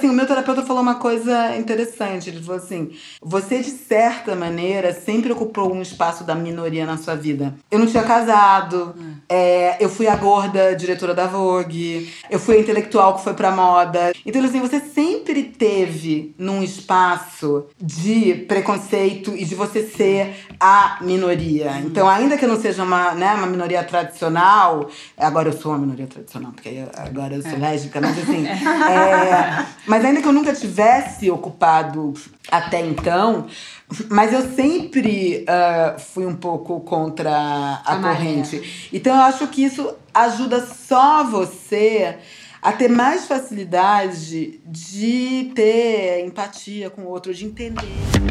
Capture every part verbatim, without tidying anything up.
assim, o meu terapeuta falou uma coisa interessante. Ele falou assim, você, de certa maneira, sempre ocupou um espaço da minoria na sua vida. Eu não tinha casado, hum. é, eu fui a gorda diretora da Vogue, eu fui a intelectual que foi pra moda. Então, assim, você sempre teve num espaço de preconceito e de você ser a minoria. Hum. Então, ainda que eu não seja uma, né, uma minoria tradicional, agora eu sou uma minoria tradicional, porque agora eu sou é. lésbica, mas assim... é, mas ainda que eu nunca tivesse ocupado até então, mas eu sempre uh, fui um pouco contra a, a corrente. Maria. Então eu acho que isso ajuda só você a ter mais facilidade de ter empatia com o outro, de entender.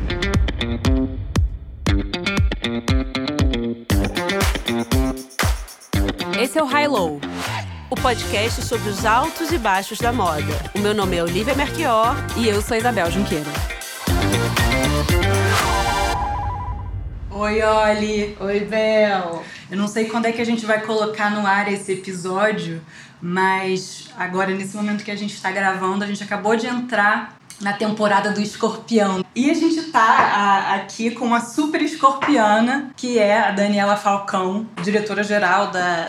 Esse é o High Low, o podcast sobre os altos e baixos da moda. O meu nome é Olivia Merchior e eu sou Isabel Junqueira. Oi, Oli. Oi, Bel. Eu não sei quando é que a gente vai colocar no ar esse episódio, mas agora, nesse momento que a gente está gravando, a gente acabou de entrar na temporada do Escorpião. E a gente tá a, aqui com uma super escorpiana, que é a Daniela Falcão, diretora-geral da,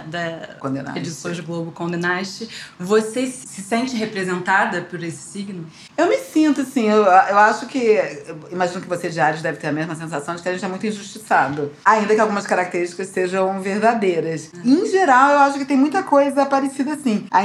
da Edições Globo Condé Nast. Você se sente representada por esse signo? Eu me sinto, assim, eu, eu acho que... Eu imagino que você de Áries deve ter a mesma sensação de que a gente é muito injustiçado. Ainda que algumas características sejam verdadeiras. Uhum. Em geral, eu acho que tem muita coisa parecida, assim. A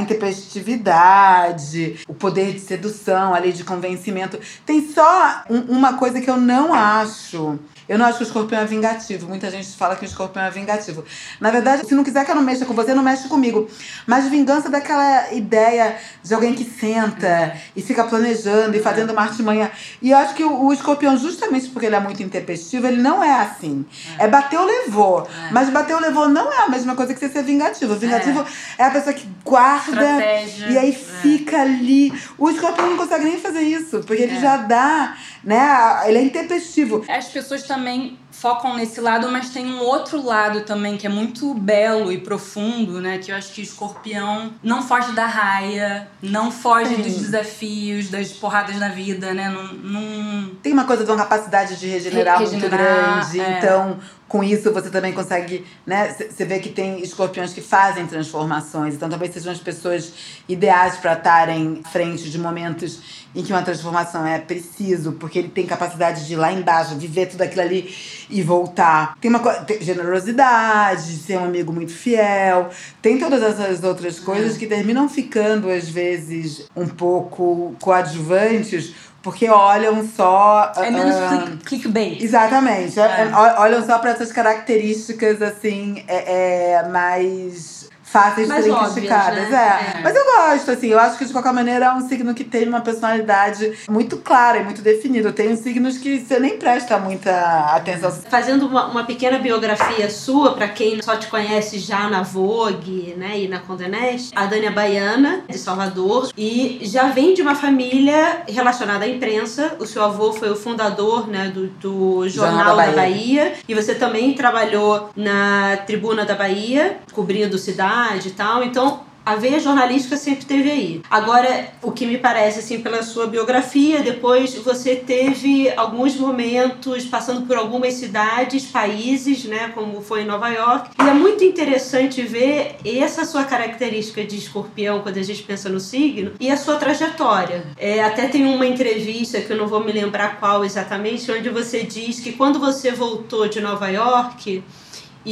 intempestividade, o poder de sedução, a lei de convencimento. Tem só um, uma coisa que eu não acho. Eu não acho que o escorpião é vingativo. Muita gente fala que o escorpião é vingativo. Na verdade, se não quiser que eu não mexa com você, não mexe comigo. Mas vingança daquela ideia de alguém que senta e fica planejando e fazendo uma artimanha. E eu acho que o, o escorpião, justamente porque ele é muito intempestivo, ele não é assim. É, é bateu, levou. É. Mas bateu, levou não é a mesma coisa que você ser vingativo. Vingativo é, é a pessoa que guarda Estratégia. E aí é. fica ali. O escorpião não consegue nem fazer isso, porque ele é. já dá, né? Ele é intempestivo. As pessoas também focam nesse lado, mas tem um outro lado também que é muito belo e profundo, né? Que eu acho que o escorpião não foge da raia, não foge Sim. dos desafios, das porradas da vida, né? Não, não... Tem uma coisa de uma capacidade de regenerar, regenerar muito grande, é. Então... Com isso, você também consegue, né? Você vê que tem escorpiões que fazem transformações. Então, talvez sejam as pessoas ideais para estarem à frente de momentos em que uma transformação é preciso, porque ele tem capacidade de ir lá embaixo, viver tudo aquilo ali e voltar. Tem uma co- tem generosidade, de ser um amigo muito fiel. Tem todas essas outras coisas que terminam ficando, às vezes, um pouco coadjuvantes, porque olham só... É menos uh, clickbait. Exatamente. É. Olham só para essas características, assim, é, é, mais fáceis de serem criticadas. Né? É. é. Mas eu gosto, assim. Eu acho que, de qualquer maneira, é um signo que tem uma personalidade muito clara e muito definida. Tem signos que você nem presta muita atenção. Fazendo uma, uma pequena biografia sua, para quem só te conhece já na Vogue, né, e na Condé Nast, a Dani é baiana, de Salvador, e já vem de uma família relacionada à imprensa. O seu avô foi o fundador, né, do, do Jornal, Jornal da, Bahia. da Bahia, e você também trabalhou na Tribuna da Bahia, cobrindo cidade e tal, então a veia jornalística sempre teve aí. Agora, o que me parece, assim, pela sua biografia, depois você teve alguns momentos passando por algumas cidades, países, né, como foi em Nova York, e é muito interessante ver essa sua característica de escorpião quando a gente pensa no signo, e a sua trajetória. É, até tem uma entrevista, que eu não vou me lembrar qual exatamente, onde você diz que quando você voltou de Nova York e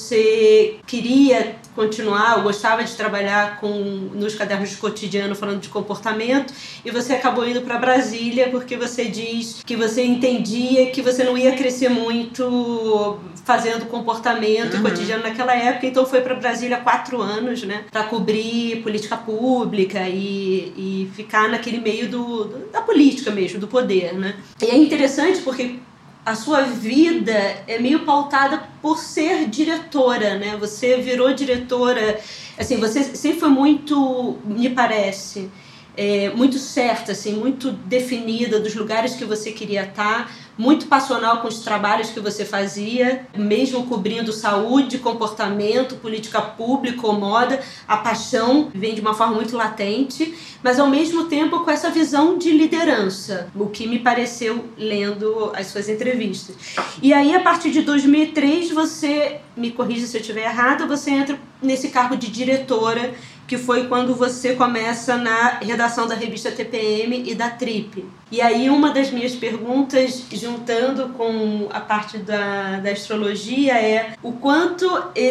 você queria continuar, ou gostava de trabalhar com, nos cadernos de cotidiano falando de comportamento, e você acabou indo para Brasília porque você diz que você entendia que você não ia crescer muito fazendo comportamento uhum. e cotidiano naquela época, então foi para Brasília há quatro anos, né, para cobrir política pública e, e ficar naquele meio do, do, da política mesmo, do poder, né. E é interessante porque a sua vida é meio pautada por ser diretora, né? Você virou diretora, assim, você sempre foi muito, me parece, é, muito certa, assim, muito definida dos lugares que você queria estar, muito passional com os trabalhos que você fazia, mesmo cobrindo saúde, comportamento, política pública ou moda, a paixão vem de uma forma muito latente, mas ao mesmo tempo com essa visão de liderança, o que me pareceu lendo as suas entrevistas. E aí, a partir de dois mil e três, você, me corrija se eu estiver errada, você entra nesse cargo de diretora, que foi quando você começa na redação da revista T P M e da Trip. E aí uma das minhas perguntas, juntando com a parte da, da astrologia, é o quanto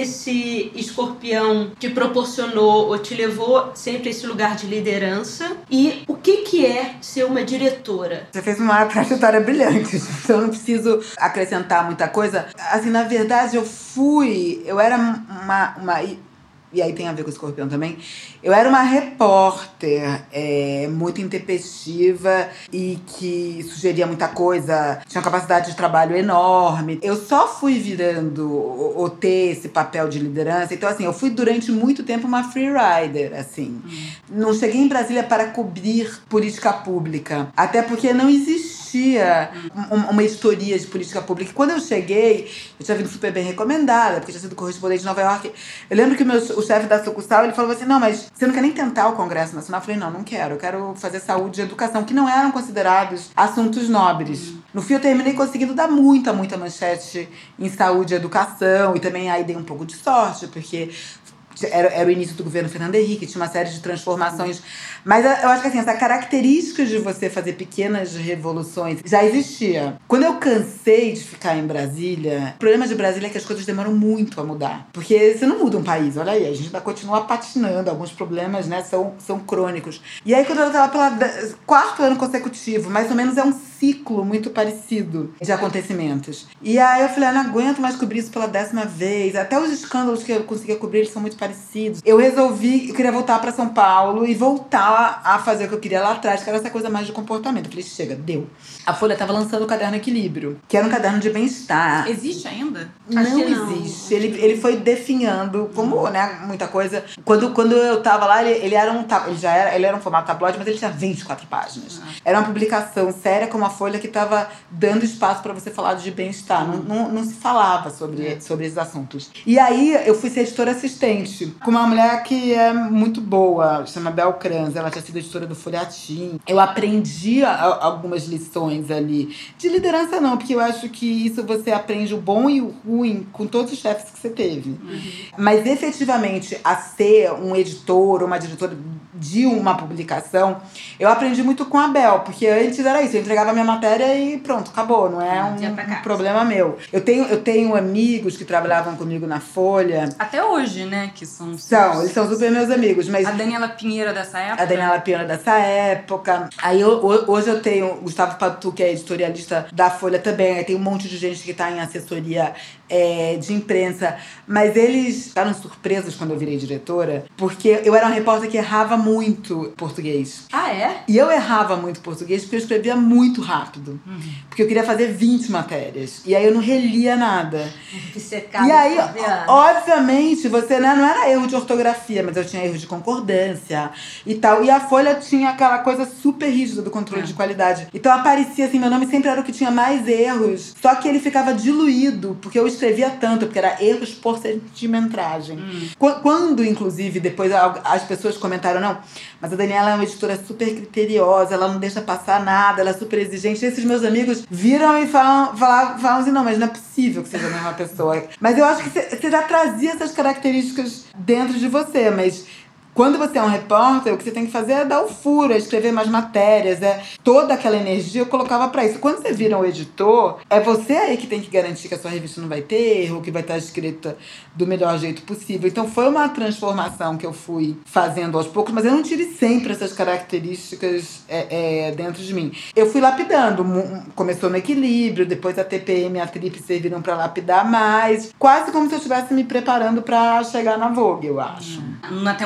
esse escorpião te proporcionou ou te levou sempre a esse lugar de liderança e o que, que é ser uma diretora? Você fez uma trajetória brilhante, então eu não preciso acrescentar muita coisa. Assim, na verdade, eu fui... Eu era uma... uma e aí tem a ver com o escorpião também, eu era uma repórter é, muito intempestiva e que sugeria muita coisa, tinha uma capacidade de trabalho enorme. Eu só fui virando ou, ou ter esse papel de liderança. Então, assim, eu fui durante muito tempo uma freerider, assim. Hum. Não cheguei em Brasília para cobrir política pública, até porque não existia um, uma editoria de política pública. E quando eu cheguei, eu tinha vindo super bem recomendada, porque tinha sido correspondente de Nova York. Eu lembro que o, meu, o chefe da sucursal, ele falou assim, não, mas você não quer nem tentar o Congresso Nacional? Eu falei, não, não quero. Eu quero fazer saúde e educação, que não eram considerados assuntos nobres. Hum. No fim, eu terminei conseguindo dar muita, muita manchete em saúde e educação. E também aí dei um pouco de sorte, porque... Era, era o início do governo Fernando Henrique, tinha uma série de transformações. Mas eu acho que assim, essa característica de você fazer pequenas revoluções já existia. Quando eu cansei de ficar em Brasília, o problema de Brasília é que as coisas demoram muito a mudar. Porque você não muda um país, olha aí, a gente ainda continua patinando, alguns problemas, né, são, são crônicos. E aí, quando eu estava pelo quarto ano consecutivo, mais ou menos é um ciclo muito parecido de acontecimentos. E aí eu falei, ah, não aguento mais cobrir isso pela décima vez. Até os escândalos que eu conseguia cobrir, eles são muito parecidos. Eu resolvi, eu queria voltar para São Paulo e voltar a fazer o que eu queria lá atrás, que era essa coisa mais de comportamento. Eu falei, chega, deu. A Folha estava lançando o caderno Equilíbrio, que era um caderno de bem-estar. Existe ainda? Não, não existe. Ele, ele foi definhando, como, né, muita coisa. Quando, quando eu tava lá, ele, ele era um ele já era, ele era um formato tabloide, mas ele tinha vinte e quatro páginas. Ah. Era uma publicação séria como a Folha que estava dando espaço para você falar de bem-estar. Não, não, não se falava sobre, sobre esses assuntos. E aí eu fui ser editora assistente com uma mulher que é muito boa, chama Bel Kranz. Ela tinha sido editora do Folhetim. Eu aprendi a, algumas lições ali. De liderança não, porque eu acho que isso você aprende o bom e o ruim com todos os chefes que você teve. Uhum. Mas efetivamente a ser um editor ou uma diretora de uma publicação, eu aprendi muito com a Bel, porque antes era isso, eu entregava a minha matéria e pronto, acabou, não é um, um problema meu. Eu tenho, eu tenho amigos que trabalhavam comigo na Folha. Até hoje, né? Que são, são eles são super meus amigos. Mas a Daniela Pinheiro dessa época? A Daniela Pinheiro dessa época. Aí eu, hoje eu tenho o Gustavo Patu, que é editorialista da Folha também. Aí tem um monte de gente que está em assessoria é, de imprensa. Mas eles ficaram surpresos quando eu virei diretora, porque eu era uma repórter que errava muito português. Ah, é? E eu errava muito português porque eu escrevia muito rápido. Uhum. Porque eu queria fazer vinte matérias. E aí eu não relia nada. Secado, e aí, obviamente, você, né, não era erro de ortografia, mas eu tinha erro de concordância e tal. E a Folha tinha aquela coisa super rígida do controle é. de qualidade. Então aparecia assim, meu nome sempre era o que tinha mais erros. Só que ele ficava diluído, porque eu escrevia tanto, porque era erros por centimetragem. Hum. Quando, inclusive, depois as pessoas comentaram, não, mas a Daniela é uma editora super criteriosa, ela não deixa passar nada, ela é super exigente. Esses meus amigos viram e falam, falam, falam assim, não, mas não é possível que seja a mesma pessoa. Mas eu acho que você já trazia essas características dentro de você, mas quando você é um repórter, o que você tem que fazer é dar o furo, é escrever mais matérias, é toda aquela energia eu colocava pra isso. Quando você vira um editor, é você aí que tem que garantir que a sua revista não vai ter erro, que vai estar escrita do melhor jeito possível. Então foi uma transformação que eu fui fazendo aos poucos, mas eu não tive sempre essas características é, é, dentro de mim. Eu fui lapidando, começou no Equilíbrio, depois a T P M e a Trip serviram pra lapidar mais, quase como se eu estivesse me preparando pra chegar na Vogue, eu acho. Na temporada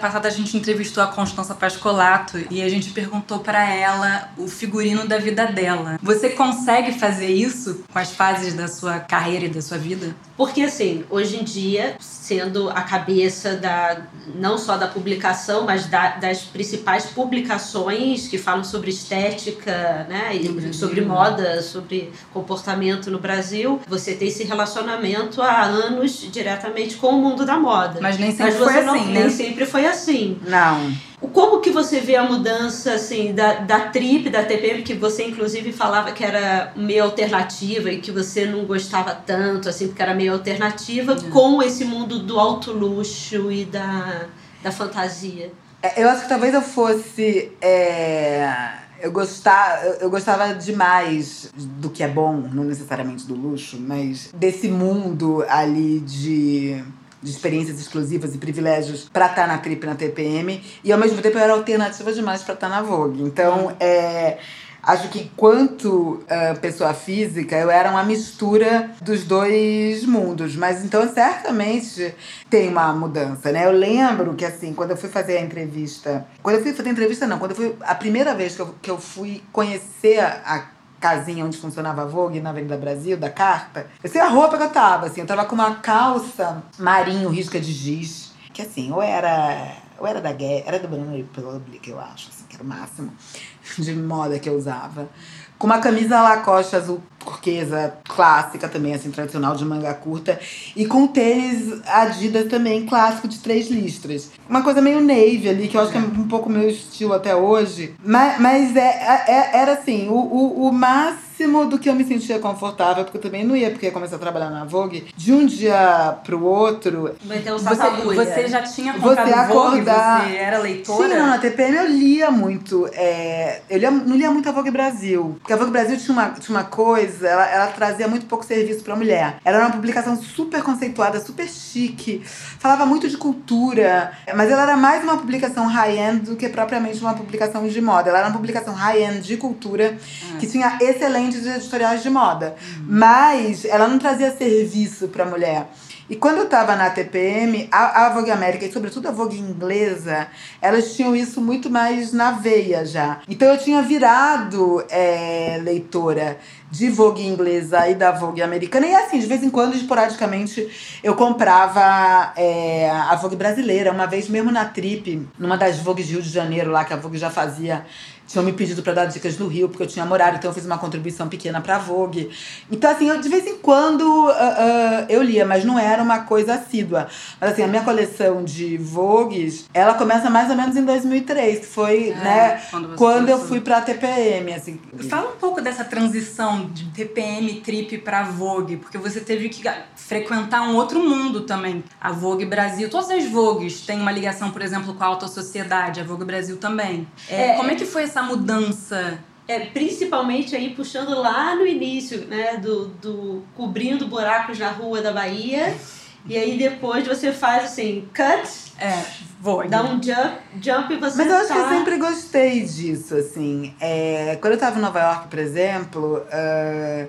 passada a gente entrevistou a Constança Pascolato e a gente perguntou pra ela o figurino da vida dela. Você consegue fazer isso com as fases da sua carreira e da sua vida? Porque, assim, hoje em dia, sendo a cabeça da, não só da publicação, mas da, das principais publicações que falam sobre estética, né, e sobre moda, sobre comportamento no Brasil, você tem esse relacionamento há anos diretamente com o mundo da moda. Mas nem sempre mas você foi não, assim, nem né? sempre foi assim. Não. Como que você vê a mudança, assim, da, da trip, da T P M, que você, inclusive, falava que era meio alternativa e que você não gostava tanto, assim, porque era meio alternativa, é. com esse mundo do alto luxo e da, da fantasia? Eu acho que talvez eu fosse... É... Eu gostava, eu gostava demais do que é bom, não necessariamente do luxo, mas desse mundo ali de... de experiências exclusivas e privilégios pra estar na trip, na T P M. E, ao mesmo tempo, eu era alternativa demais pra estar na Vogue. Então, é, acho que, enquanto uh, pessoa física, eu era uma mistura dos dois mundos. Mas, então, certamente, tem uma mudança, né? Eu lembro que, assim, quando eu fui fazer a entrevista... Quando eu fui fazer a entrevista, não. Quando eu fui... A primeira vez que eu, que eu fui conhecer a casinha onde funcionava a Vogue, na Avenida Brasil, da Carta. Eu sei a roupa que eu tava, assim. Eu tava com uma calça marinho, risca de giz. Que, assim, ou era... Ou era da Guess, era do Banana Republic, eu acho, assim, que era o máximo de moda que eu usava. Com uma camisa Lacoste azul turquesa, clássica também, assim, tradicional, de manga curta. E com tênis Adidas também, clássico, de três listras. Uma coisa meio navy ali, que eu acho que é um pouco meu estilo até hoje. Mas, mas é, é, era, assim, o, o, o máximo do que eu me sentia confortável, porque eu também não ia, porque ia começar a trabalhar na Vogue. De um dia pro outro... Vai ter um você, você já tinha comprado você acordar, Vogue? Você era leitora? Sim, não, na T P M eu lia muito. É, eu lia, não lia muito a Vogue Brasil. Porque a Vogue Brasil tinha uma, tinha uma coisa... Ela, ela trazia muito pouco serviço pra mulher. Ela era uma publicação super conceituada, super chique. Falava muito de cultura. Mas ela era mais uma publicação high-end do que propriamente uma publicação de moda. Ela era uma publicação high-end de cultura, ah. que tinha excelentes editoriais de moda. Uhum. Mas ela não trazia serviço pra mulher. E quando eu tava na T P M, a, a Vogue América e sobretudo a Vogue inglesa, elas tinham isso muito mais na veia já. Então eu tinha virado é, leitora de Vogue inglesa e da Vogue americana. E assim, de vez em quando, esporadicamente, eu comprava é, a Vogue brasileira. Uma vez mesmo na trip, numa das Vogues de Rio de Janeiro, lá que a Vogue já fazia... Tinham me pedido pra dar dicas do Rio, porque eu tinha morado, então eu fiz uma contribuição pequena pra Vogue. Então, assim, eu, de vez em quando uh, uh, eu lia, mas não era uma coisa assídua. Mas, assim, a minha coleção de Vogues, ela começa mais ou menos em dois mil e três, que foi, é, né, quando, quando eu fui pra T P M, assim. Fala um pouco dessa transição de T P M Trip pra Vogue, porque você teve que frequentar um outro mundo também. A Vogue Brasil, todas as Vogues têm uma ligação, por exemplo, com a alta sociedade, a Vogue Brasil também. É, é, como é que foi essa mudança? É, principalmente aí puxando lá no início, né, do, do cobrindo buracos na rua da Bahia, e aí depois você faz assim, cut, é, Vogue. Dá um jump, jump e você Mas eu acho tá... que eu sempre gostei disso, assim. É, quando eu tava em Nova York, por exemplo, uh,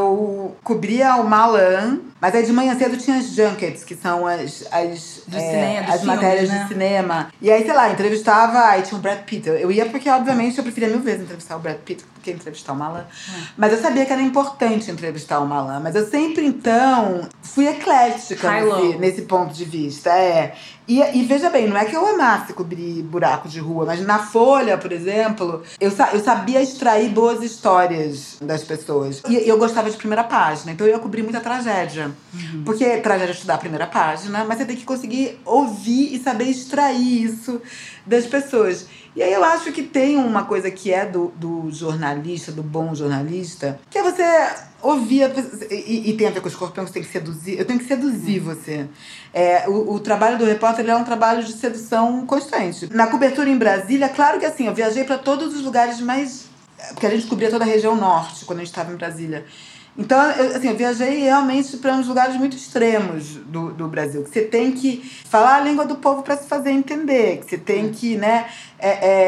eu cobria o Malan, mas aí de manhã cedo tinha as junkets, que são as, as, do é, cinema, as filmes, matérias né? de cinema. E aí, sei lá, entrevistava, aí tinha o Brad Pitt. Eu ia porque, obviamente, eu preferia mil vezes entrevistar o Brad Pitt do que entrevistar o Malan. Hum. Mas eu sabia que era importante entrevistar o Malan. Mas eu sempre, então, fui eclética nesse, nesse ponto de vista. É. E, e veja bem, não é que eu amasse cobrir buraco de rua, mas na Folha, por exemplo, eu, eu sabia extrair boas histórias das pessoas. E eu gostava de primeira página, então eu ia cobrir muita tragédia. Uhum. Porque tragédia é estudar a primeira página, mas você tem que conseguir ouvir e saber extrair isso das pessoas. E aí eu acho que tem uma coisa que é do, do jornalista, do bom jornalista, que é você ouvir, e, e tem a ver com os escorpião, você tem que seduzir, eu tenho que seduzir você. É, o, o trabalho do repórter ele é um trabalho de sedução constante. Na cobertura em Brasília, claro que assim, eu viajei para todos os lugares mais... Porque a gente cobria toda a região norte, quando a gente estava em Brasília. Então, eu, assim, eu viajei realmente para uns lugares muito extremos do, do Brasil. Que você tem que falar a língua do povo para se fazer entender. Que você tem que, né, é,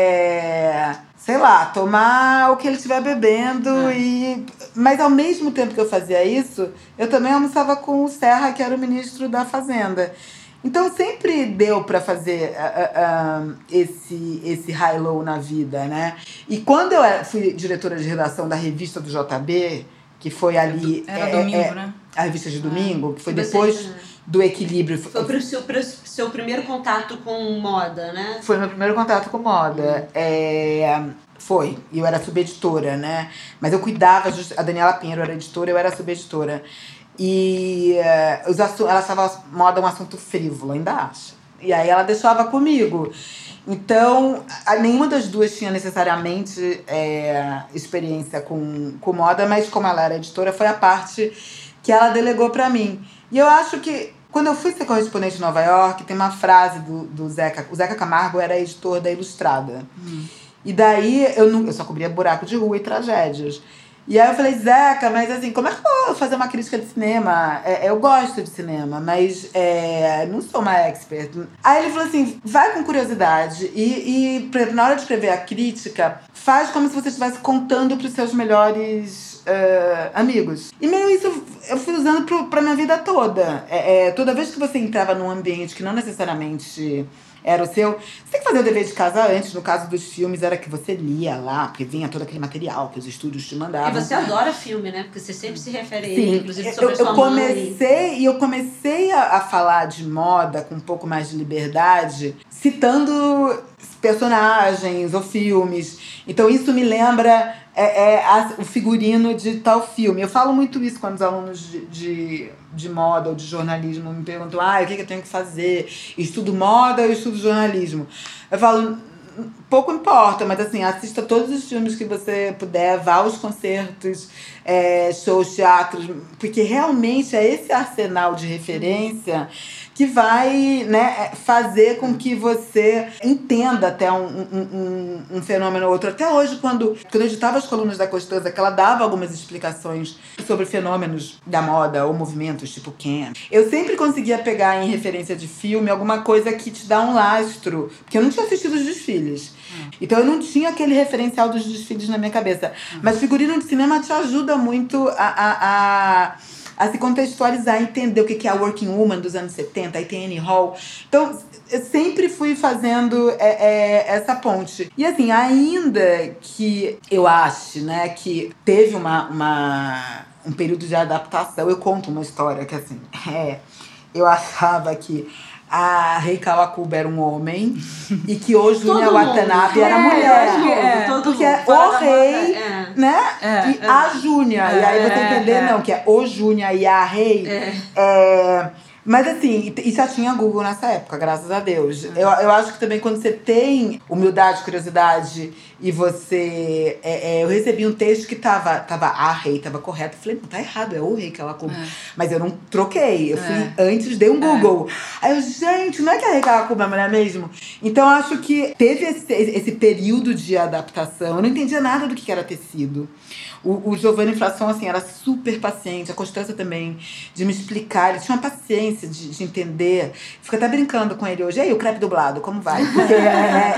é, sei lá, tomar o que ele estiver bebendo. É. E... Mas, ao mesmo tempo que eu fazia isso, eu também almoçava com o Serra, que era o ministro da Fazenda. Então sempre deu pra fazer uh, uh, esse, esse high-low na vida, né? E quando eu fui diretora de redação da revista do J B, que foi ali... Era é, domingo, é, né? A revista de domingo, que foi Você, depois né? do Equilíbrio. Foi pro seu, pro seu primeiro contato com moda, né? Foi meu primeiro contato com moda. É, foi. E eu era subeditora, né? Mas eu cuidava... A Daniela Pinheiro era editora, eu era subeditora. E uh, os assuntos, ela achava moda um assunto frívolo, ainda acha. E aí ela deixava comigo. Então, a, nenhuma das duas tinha necessariamente é, experiência com, com moda, mas como ela era editora, foi a parte que ela delegou pra mim. E eu acho que, quando eu fui ser correspondente em Nova York, tem uma frase do, do Zeca. O Zeca Camargo era editor da Ilustrada. Hum. E daí, eu, não, eu só cobria buraco de rua e tragédias. E aí eu falei, Zeca, mas assim, como é que eu vou fazer uma crítica de cinema? É, eu gosto de cinema, mas é, não sou uma expert. Aí ele falou assim, vai com curiosidade e, e, por exemplo, na hora de escrever a crítica, faz como se você estivesse contando para os seus melhores uh, amigos. E meio isso eu fui usando pro, pra minha vida toda. É, é, toda vez que você entrava num ambiente que não necessariamente... era o seu... Você tem que fazer o dever de casa antes. No caso dos filmes, era que você lia lá, porque vinha todo aquele material que os estúdios te mandavam. E você adora filme, né? Porque você sempre se refere a ele, Sim, inclusive sobre eu, a sua eu comecei, mãe. E eu comecei a, a falar de moda com um pouco mais de liberdade, citando personagens ou filmes. Então isso me lembra é, é, a, o figurino de tal filme. Eu falo muito isso quando os alunos de, de, de moda ou de jornalismo me perguntam ah, o que, que eu tenho que fazer? Estudo moda ou estudo jornalismo? Eu falo, pouco importa, mas assim, assista todos os filmes que você puder, vá aos concertos, é, shows, teatros, porque realmente é esse arsenal de referência que vai, né, fazer com que você entenda até um, um, um, um fenômeno ou outro. Até hoje, quando, quando eu editava as colunas da Costanza, que ela dava algumas explicações sobre fenômenos da moda ou movimentos, tipo Ken, eu sempre conseguia pegar em referência de filme alguma coisa que te dá um lastro, porque eu não tinha assistido os desfiles. Hum. Então eu não tinha aquele referencial dos desfiles na minha cabeça. Hum. Mas figurino de cinema te ajuda muito a... a, a a se contextualizar, entender o que é a working woman dos anos setenta, aí tem Annie Hall. Então, eu sempre fui fazendo é, é, essa ponte. E assim, ainda que eu ache, né, que teve uma, uma, um período de adaptação, eu conto uma história que assim, é, eu achava que a Rei Kawakubo era um homem e que o Junya Watanabe era mulher. É, todo porque é o rei, é. né? É, e é. a Junya. É, e aí você entender, é. não, que é o Junya e a Rei. É. É, mas assim, e já tinha Google nessa época, graças a Deus. Eu, eu acho que também quando você tem humildade, curiosidade e você... É, é, eu recebi um texto que tava, tava a Rei, tava correto. Eu falei, não, tá errado, é o Rei que ela Kawakubo. É. Mas eu não troquei, eu fui é. antes, dei um Google. É. Aí eu, gente, não é que a Rei Kawakubo é mulher mesmo? Então eu acho que teve esse, esse período de adaptação. Eu não entendia nada do que era tecido. O, o Giovanni Frasson, assim, era super paciente, a Constância também, de me explicar. Ele tinha uma paciência de, de entender. Fico até brincando com ele hoje. E aí, o crepe dublado, como vai? Porque é,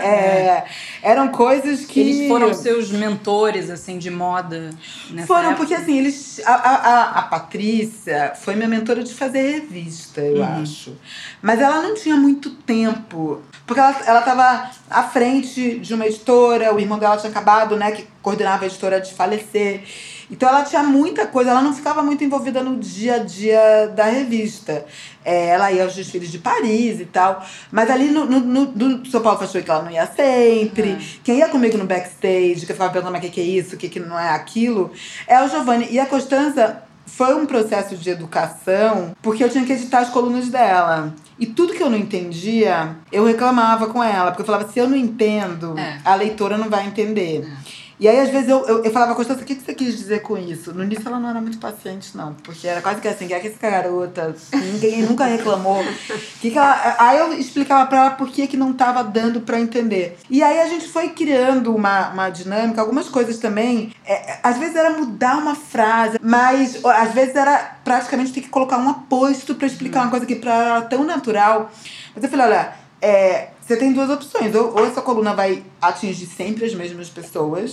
é, eram coisas que... Eles foram seus mentores, assim, de moda nessa Foram, época? porque assim, eles... A, a, a Patrícia foi minha mentora de fazer revista, eu uhum. acho. Mas ela não tinha muito tempo. Porque ela, ela tava à frente de uma editora, o irmão dela tinha acabado, né, que coordenava a editora de falecer. Então ela tinha muita coisa, ela não ficava muito envolvida no dia a dia da revista. É, ela ia aos desfiles de Paris e tal. Mas ali no, no, no, no São Paulo Fashion Week ela não ia sempre. Uhum. Quem ia comigo no backstage, que eu ficava pensando, mas o que, que é isso, o que, que não é aquilo, é o Giovanni. E a Constanza foi um processo de educação, porque eu tinha que editar as colunas dela. E tudo que eu não entendia, eu reclamava com ela. Porque eu falava, se eu não entendo, é. a leitora não vai entender. É. E aí, às vezes, eu, eu, eu falava, Constância, o que você quis dizer com isso? No início, ela não era muito paciente, não. Porque era quase que assim, que é que essa garota, ninguém nunca reclamou. Que que ela, aí eu explicava pra ela por que, que não tava dando pra entender. E aí, a gente foi criando uma, uma dinâmica, algumas coisas também. É, às vezes, era mudar uma frase, mas às vezes era praticamente ter que colocar um aposto pra explicar uma coisa que pra ela era tão natural. Mas eu falei, olha, é... você tem duas opções. Ou, ou essa coluna vai atingir sempre as mesmas pessoas,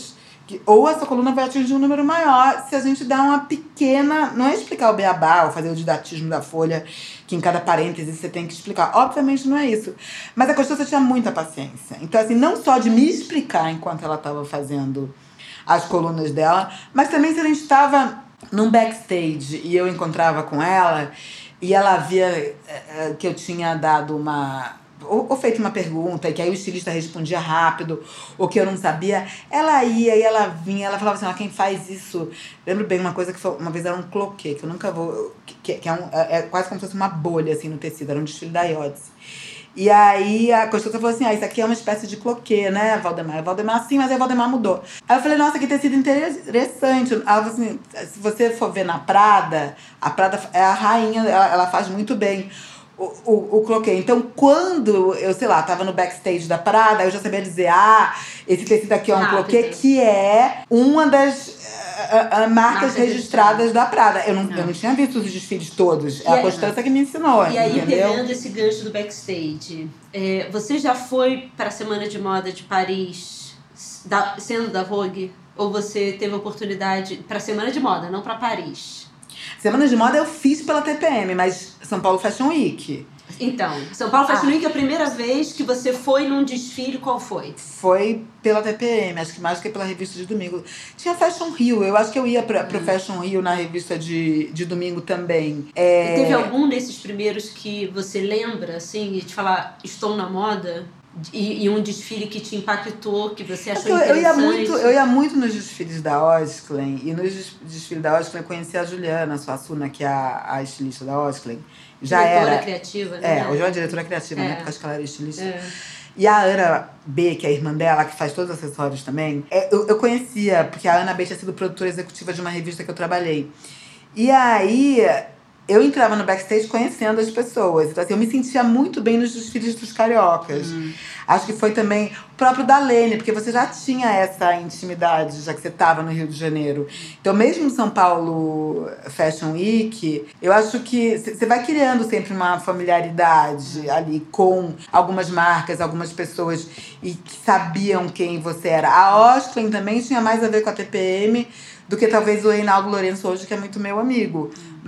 Que, ou essa coluna vai atingir um número maior se a gente dá uma pequena... Não é explicar o beabá ou fazer o didatismo da Folha, que em cada parêntese você tem que explicar. Obviamente não é isso. Mas a Constância tinha muita paciência. Então, assim, não só de me explicar enquanto ela estava fazendo as colunas dela, mas também se a gente estava num backstage e eu encontrava com ela e ela via uh, que eu tinha dado uma... Ou, ou feito uma pergunta, e que aí o estilista respondia rápido, ou que eu não sabia, ela ia e ela vinha, ela falava assim, ó, quem faz isso... Lembro bem uma coisa que foi, uma vez era um cloquet, que eu nunca vou... Que, que é, um, é, é quase como se fosse uma bolha, assim, no tecido, era um desfile da Iodice. E aí a Constância falou assim, ah, isso aqui é uma espécie de cloquet, né, Valdemar? Valdemar, sim, mas aí o Valdemar mudou. Aí eu falei, nossa, que tecido interessante. Ela falou assim, se você for ver na Prada, a Prada é a rainha, ela, ela faz muito bem. O, o, o cloquet. Então, quando eu, sei lá, tava no backstage da Prada, eu já sabia dizer, ah, esse tecido aqui é um Rápido. cloquet, que é uma das uh, uh, marcas Marca registradas registrada. da Prada. Eu não, Não. eu não tinha visto os desfiles todos. E É a aí- Constância que me ensinou, E aí, entendeu? pegando esse gancho do backstage, é, você já foi para a Semana de Moda de Paris da- sendo da Vogue? Ou você teve oportunidade para a Semana de Moda, não para Paris? Semana de moda eu fiz pela T P M, mas São Paulo Fashion Week Então, São Paulo Fashion Ah. Week, a primeira vez que você foi num desfile, qual foi? foi pela T P M, acho que mais do que pela revista de domingo. Tinha Fashion Rio, eu acho que eu ia pra, pro Fashion Rio na revista de, de domingo também. É... E teve algum desses primeiros que você lembra, assim, e te falar, estou na moda? E, e um desfile que te impactou, que você achou Eu, eu, ia interessante? muito, eu ia muito nos desfiles da Osklen, e nos des- desfiles da Osklen eu conheci a Juliana Suassuna, que é a, a estilista da Osklen. Já Diretora era. criativa, né? É, hoje é uma diretora criativa, É. né? Porque acho que ela era estilista. É. E a Ana B, que é a irmã dela, que faz todos os acessórios também, é, eu, eu conhecia, porque a Ana B tinha sido produtora executiva de uma revista que eu trabalhei. E aí, eu entrava no backstage conhecendo as pessoas. Então, assim, eu me sentia muito bem nos desfiles dos cariocas. Hum. Acho que foi também o próprio da Lene, porque você já tinha essa intimidade, já que você estava no Rio de Janeiro. Então, mesmo no São Paulo Fashion Week, eu acho que você vai criando sempre uma familiaridade ali com algumas marcas, algumas pessoas e que sabiam quem você era. A Osklen também tinha mais a ver com a T P M do que talvez o Reinaldo Lourenço hoje, que é muito meu amigo.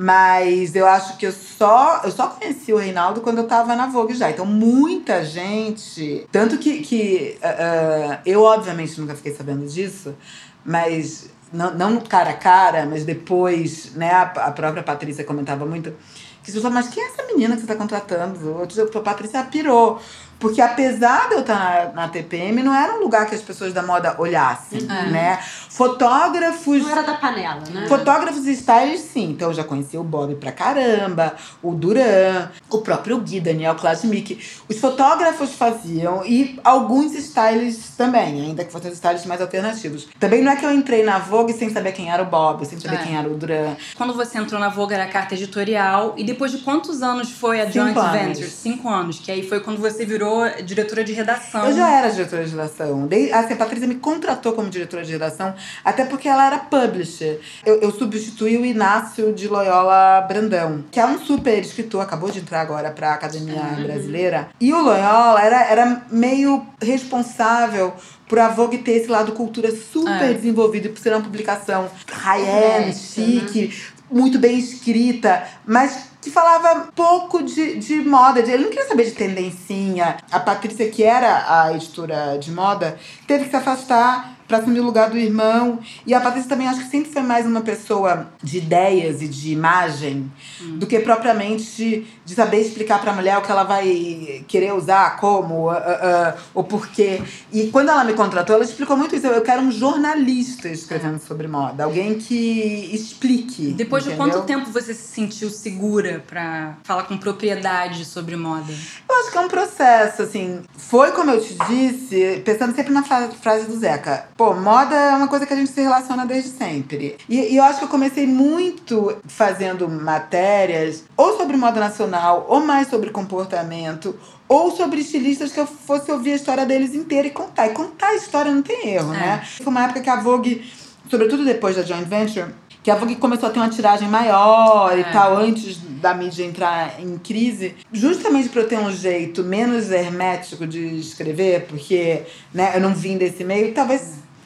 Mas eu acho que eu só, eu só conheci o Reinaldo quando eu tava na Vogue já. Então, muita gente... Tanto que, que uh, uh, eu, obviamente, nunca fiquei sabendo disso, mas... Não, não cara a cara, mas depois, né, a, a própria Patrícia comentava muito... Que você fala, mas quem é essa menina que você tá contratando? A Patrícia pirou. Porque apesar de eu estar na, na T P M, não era um lugar que as pessoas da moda olhassem, É. né? Fotógrafos... Não era da panela, né? Fotógrafos e stylists, sim. Então, eu já conheci o Bob pra caramba, o Duran, o próprio Gui, Daniel Klasmik. Os fotógrafos faziam e alguns stylists também, ainda que fossem stylists mais alternativos. Também não é que eu entrei na Vogue sem saber quem era o Bob, sem saber É. quem era o Duran. Quando você entrou na Vogue, era carta editorial. E depois de quantos anos foi a Cinco Joint anos. Venture? Cinco anos. Que aí foi quando você virou diretora de redação. Eu já era diretora de redação. Desde, assim, a Patrícia me contratou como diretora de redação, até porque ela era publisher. Eu, eu substituí o Inácio de Loyola Brandão, que é um super escritor, acabou de entrar agora para a Academia Brasileira. E o Loyola era, era meio responsável por a Vogue ter esse lado cultura super É. desenvolvido, e por ser uma publicação high-end, É, chique, muito bem escrita, mas que falava pouco de, de moda. Ele não queria saber de tendencinha. A Patrícia, que era a editora de moda, teve que se afastar para assumir o lugar do irmão. E a Patrícia também acho que sempre foi mais uma pessoa de ideias e de imagem hum. do que propriamente de, de saber explicar para a mulher o que ela vai querer usar, como, uh, uh, uh, o porquê. E quando ela me contratou, ela explicou muito isso. Eu quero um jornalista escrevendo sobre moda. Alguém que explique. Depois de entendeu? quanto tempo você se sentiu segura pra falar com propriedade sobre moda? Eu acho que é um processo, assim. Foi como eu te disse, pensando sempre na fra- frase do Zeca. Pô, moda é uma coisa que a gente se relaciona desde sempre. E, e eu acho que eu comecei muito fazendo matérias ou sobre moda nacional, ou mais sobre comportamento, ou sobre estilistas que eu fosse ouvir a história deles inteira e contar. E contar a história não tem erro, É. né? Foi uma época que a Vogue, sobretudo depois da Joint Venture, que a Vogue começou a ter uma tiragem maior É. e tal, antes da mídia entrar em crise, justamente para eu ter um jeito menos hermético de escrever, porque, né, eu não vim desse meio, talvez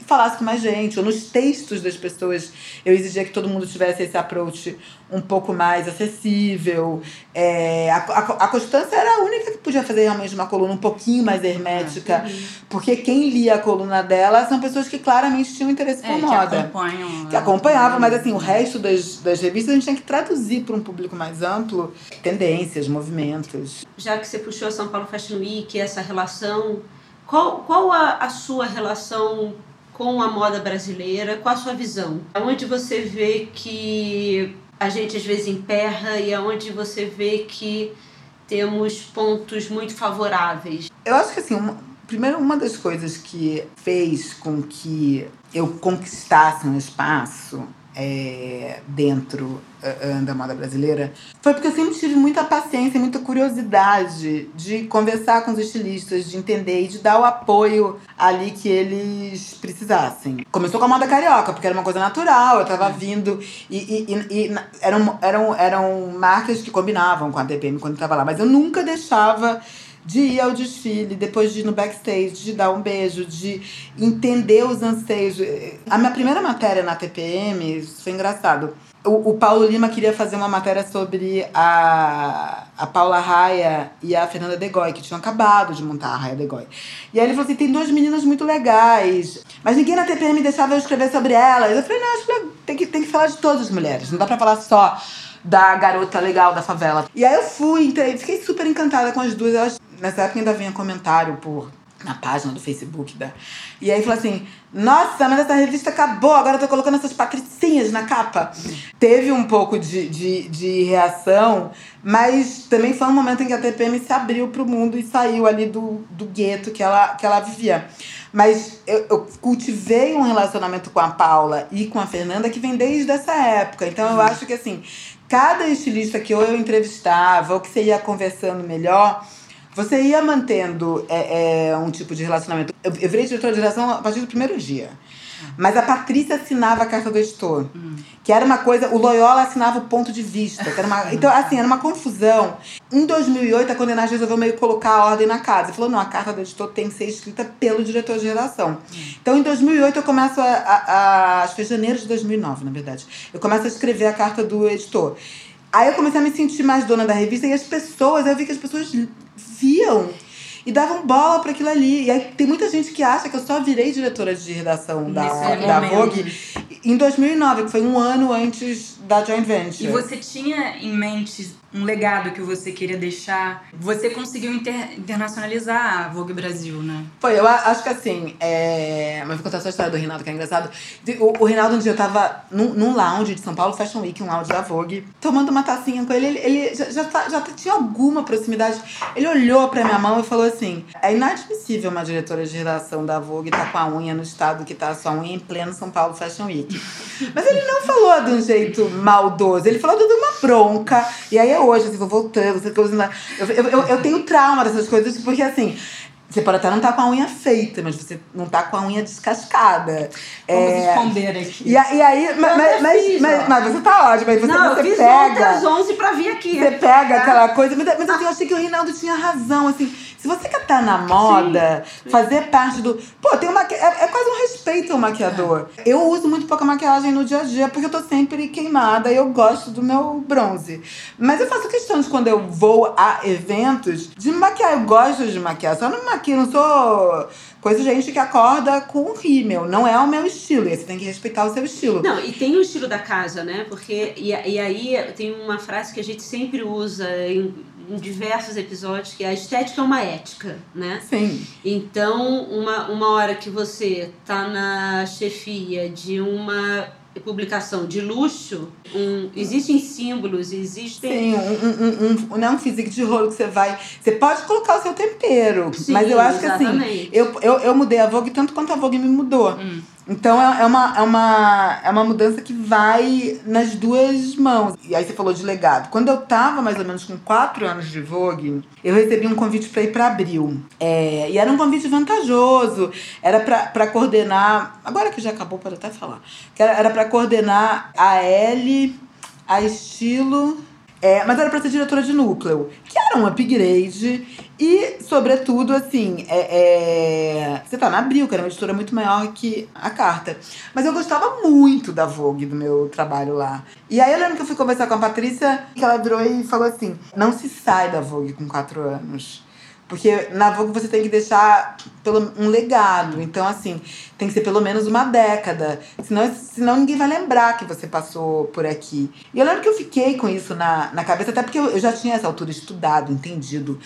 falasse com mais gente. Ou nos textos das pessoas, eu exigia que todo mundo tivesse esse approach um pouco mais acessível. É, a, a, a Constância era a única que podia fazer realmente uma coluna um pouquinho mais hermética. Uhum. Porque quem lia a coluna dela são pessoas que claramente tinham interesse por é, moda. Que acompanham. Que acompanhavam, mas assim, o resto das, das revistas a gente tem que traduzir para um público mais amplo tendências, movimentos. Já que você puxou a São Paulo Fashion Week, essa relação, qual, qual a, a sua relação com a moda brasileira? Qual a sua visão? Onde você vê que a gente às vezes emperra e aonde você vê que temos pontos muito favoráveis? Eu acho que assim, uma, primeiro uma das coisas que fez com que eu conquistasse um espaço é, dentro uh, da moda brasileira foi porque eu sempre tive muita paciência e muita curiosidade de conversar com os estilistas, de entender e de dar o apoio ali que eles precisassem. Começou com a moda carioca, porque era uma coisa natural, eu tava vindo e, e, e, e eram, eram, eram marcas que combinavam com a T P M quando eu tava lá, mas eu nunca deixava de ir ao desfile, depois de ir no backstage, de dar um beijo, de entender os anseios. A minha primeira matéria na T P M, isso foi engraçado. O, o Paulo Lima queria fazer uma matéria sobre a, a Paula Raia e a Fernanda Degói, que tinham acabado de montar a Raia Degói. E aí ele falou assim, tem duas meninas muito legais, mas ninguém na T P M deixava eu escrever sobre elas. Eu falei, não, acho que tem que, tem que falar de todas as mulheres, não dá pra falar só da garota legal da favela. E aí eu fui, entrei, fiquei super encantada com as duas. Elas, nessa época ainda vinha comentário por, na página do Facebook. Da... E aí falou assim, nossa, mas essa revista acabou, agora eu tô colocando essas patricinhas na capa. Teve um pouco de, de, de reação, mas também foi um momento em que a T P M se abriu pro mundo e saiu ali do, do gueto que ela, que ela vivia. Mas eu, eu cultivei um relacionamento com a Paula e com a Fernanda que vem desde essa época. Então eu acho que assim, cada estilista que ou eu entrevistava ou que você ia conversando melhor, você ia mantendo é, é, um tipo de relacionamento. Eu, eu virei diretora de redação a partir do primeiro dia. Mas a Patrícia assinava a carta do editor. Hum. Que era uma coisa... O Loyola assinava o ponto de vista. Que era uma, então, assim, era uma confusão. Em dois mil e oito, a Condenagem resolveu meio colocar a ordem na casa. Falou, não, a carta do editor tem que ser escrita pelo diretor de redação. Hum. Então, em dois mil e oito, eu começo a... a, a acho que foi janeiro de dois mil e nove, na verdade. Eu começo a escrever a carta do editor. Aí eu comecei a me sentir mais dona da revista. E as pessoas... Eu vi que as pessoas viam... E davam bola para aquilo ali. E aí tem muita gente que acha que eu só virei diretora de redação da, da Vogue em dois mil e nove, que foi um ano antes da joint venture. E você tinha em mente um legado que você queria deixar? Você conseguiu inter- internacionalizar a Vogue Brasil, né? Foi, eu acho que assim... É... Mas vou contar só a história do Rinaldo, que é engraçado. O, o Rinaldo, um dia, eu tava num, num lounge de São Paulo Fashion Week, um lounge da Vogue, tomando uma tacinha com ele. Ele, ele já, já, tá, já tinha alguma proximidade. Ele olhou pra minha mão e falou assim, é inadmissível uma diretora de redação da Vogue tá com a unha no estado que tá a sua unha em pleno São Paulo Fashion Week. Mas ele não falou de um jeito maldoso, ele falou de uma bronca. E aí é hoje, assim, vou voltando, você coisa, eu, eu, eu, eu tenho trauma dessas coisas, porque assim, você pode até não estar tá com a unha feita, mas você não tá com a unha descascada. Vamos é... esconder aqui. E, e aí, mas, mas, mas, fiz, mas, mas você tá ótima, aí você, não, você eu fiz pega. às onze pra vir aqui. Você pega tá? aquela coisa, mas, mas assim, eu achei que o Rinaldo tinha razão, assim. Se você quer estar na moda, sim, fazer parte do... Pô, tem uma... é, é quase um respeito ao maquiador. É. Eu uso muito pouca maquiagem no dia a dia, porque eu tô sempre queimada e eu gosto do meu bronze. Mas eu faço questão de, quando eu vou a eventos, de me maquiar. Eu gosto de maquiar, só não maquio, não sou... Coisa de gente que acorda com rímel. Não é o meu estilo. E você tem que respeitar o seu estilo. Não, e tem o estilo da casa, né? Porque... E, e aí tem uma frase que a gente sempre usa em, em diversos episódios, que a estética é uma ética, né? Sim. Então, uma, uma hora que você tá na chefia de uma publicação de luxo, um, existem símbolos, existem... Sim, um, um, um, não é um físico de rolo que você vai... Você pode colocar o seu tempero, sim, mas eu acho exatamente. que assim... Eu, eu, eu mudei a Vogue tanto quanto a Vogue me mudou. Hum. Então é, é, uma, é, uma, é uma mudança que vai nas duas mãos. E aí você falou de legado. Quando eu tava mais ou menos com quatro anos de Vogue, eu recebi um convite para ir para Abril. É, e era um convite vantajoso. Era para coordenar... Agora que já acabou, pode até falar. Era para coordenar a L, a Estilo... É, mas era pra ser diretora de núcleo, que era um upgrade. E, sobretudo, assim, é, é... você tá na Abril, que era uma editora muito maior que a Carta. Mas eu gostava muito da Vogue, do meu trabalho lá. E aí eu lembro que eu fui conversar com a Patrícia, que ela virou e falou assim, não se sai da Vogue com quatro anos. Porque na Vogue você tem que deixar pelo, um legado. Então, assim, tem que ser pelo menos uma década. Senão, senão ninguém vai lembrar que você passou por aqui. E eu lembro que eu fiquei com isso na, na cabeça, até porque eu, eu já tinha essa altura estudado, entendido,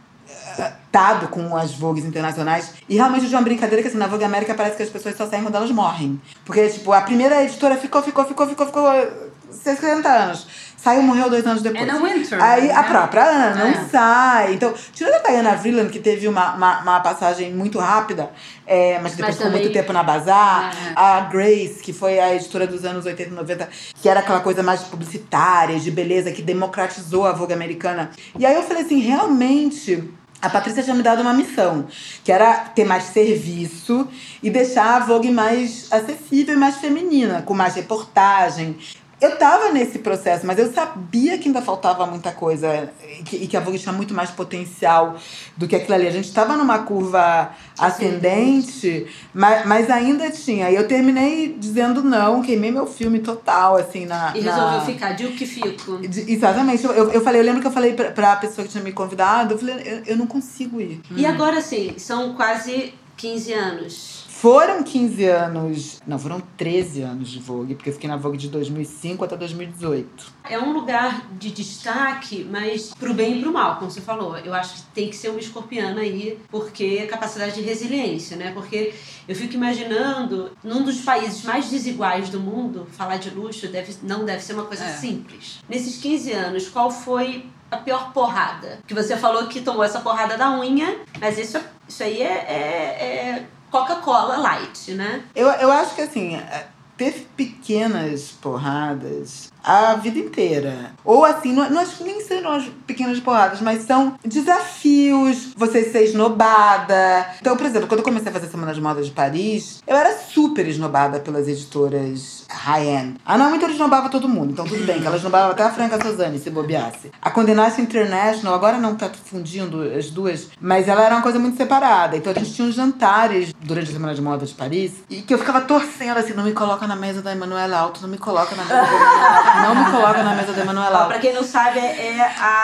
tado com as Vogues internacionais. E realmente de uma brincadeira que, assim, na Vogue América parece que as pessoas só saem quando elas morrem. Porque, tipo, a primeira editora ficou, ficou, ficou, ficou, ficou sessenta anos. Saiu, morreu dois anos depois. Anna Wintour. Aí né? a própria Ana não É. sai. Então, tirando a Diana Vreeland, que teve uma, uma, uma passagem muito rápida, é, mas depois Mas ficou também- muito tempo na Bazar. É. A Grace, que foi a editora dos anos oitenta e noventa, que era aquela coisa mais publicitária, de beleza, que democratizou a Vogue americana. E aí eu falei assim, realmente... A Patrícia tinha me dado uma missão, que era ter mais serviço e deixar a Vogue mais acessível e mais feminina, com mais reportagem. Eu tava nesse processo, mas eu sabia que ainda faltava muita coisa e que, e que a Vogue tinha muito mais potencial do que aquilo ali. A gente tava numa curva ascendente, mas, mas ainda tinha. E eu terminei dizendo não, queimei meu filme total, assim, na... E na... resolveu ficar, digo que fico. De- Exatamente. Eu, eu, eu falei, eu lembro que eu falei pra, pra pessoa que tinha me convidado, eu falei, eu, eu não consigo ir. E agora sim, são quase quinze anos. Foram quinze anos, não, foram treze anos de Vogue, porque eu fiquei na Vogue de dois mil e cinco até dois mil e dezoito. É um lugar de destaque, mas pro bem e pro mal, como você falou. Eu acho que tem que ser uma escorpiana aí, porque é capacidade de resiliência, né? Porque eu fico imaginando, num dos países mais desiguais do mundo, falar de luxo deve, não deve ser uma coisa É. simples. Nesses quinze anos, qual foi a pior porrada? Que você falou que tomou essa porrada da unha, mas isso, isso aí é... é, é Coca-Cola Light, né? Eu, eu acho que, assim, teve pequenas porradas a vida inteira. Ou, assim, não, não acho que nem serão as pequenas porradas, mas são desafios, você ser esnobada. Então, por exemplo, quando eu comecei a fazer a Semana de Moda de Paris, eu era super esnobada pelas editoras high-end. A Ana Wintour esnobava todo mundo, então tudo bem, que ela esnobava até a Franca Sozani, se bobeasse. A Condenast International, agora não tá fundindo as duas, mas ela era uma coisa muito separada. Então a gente tinha uns jantares durante a Semana de Moda de Paris, e que eu ficava torcendo assim, não me coloca na mesa da Emanuela Alto, não me coloca na mesa da Emanuela Alto, não me coloca na mesa da Emanuela Alto. Pra quem não sabe, é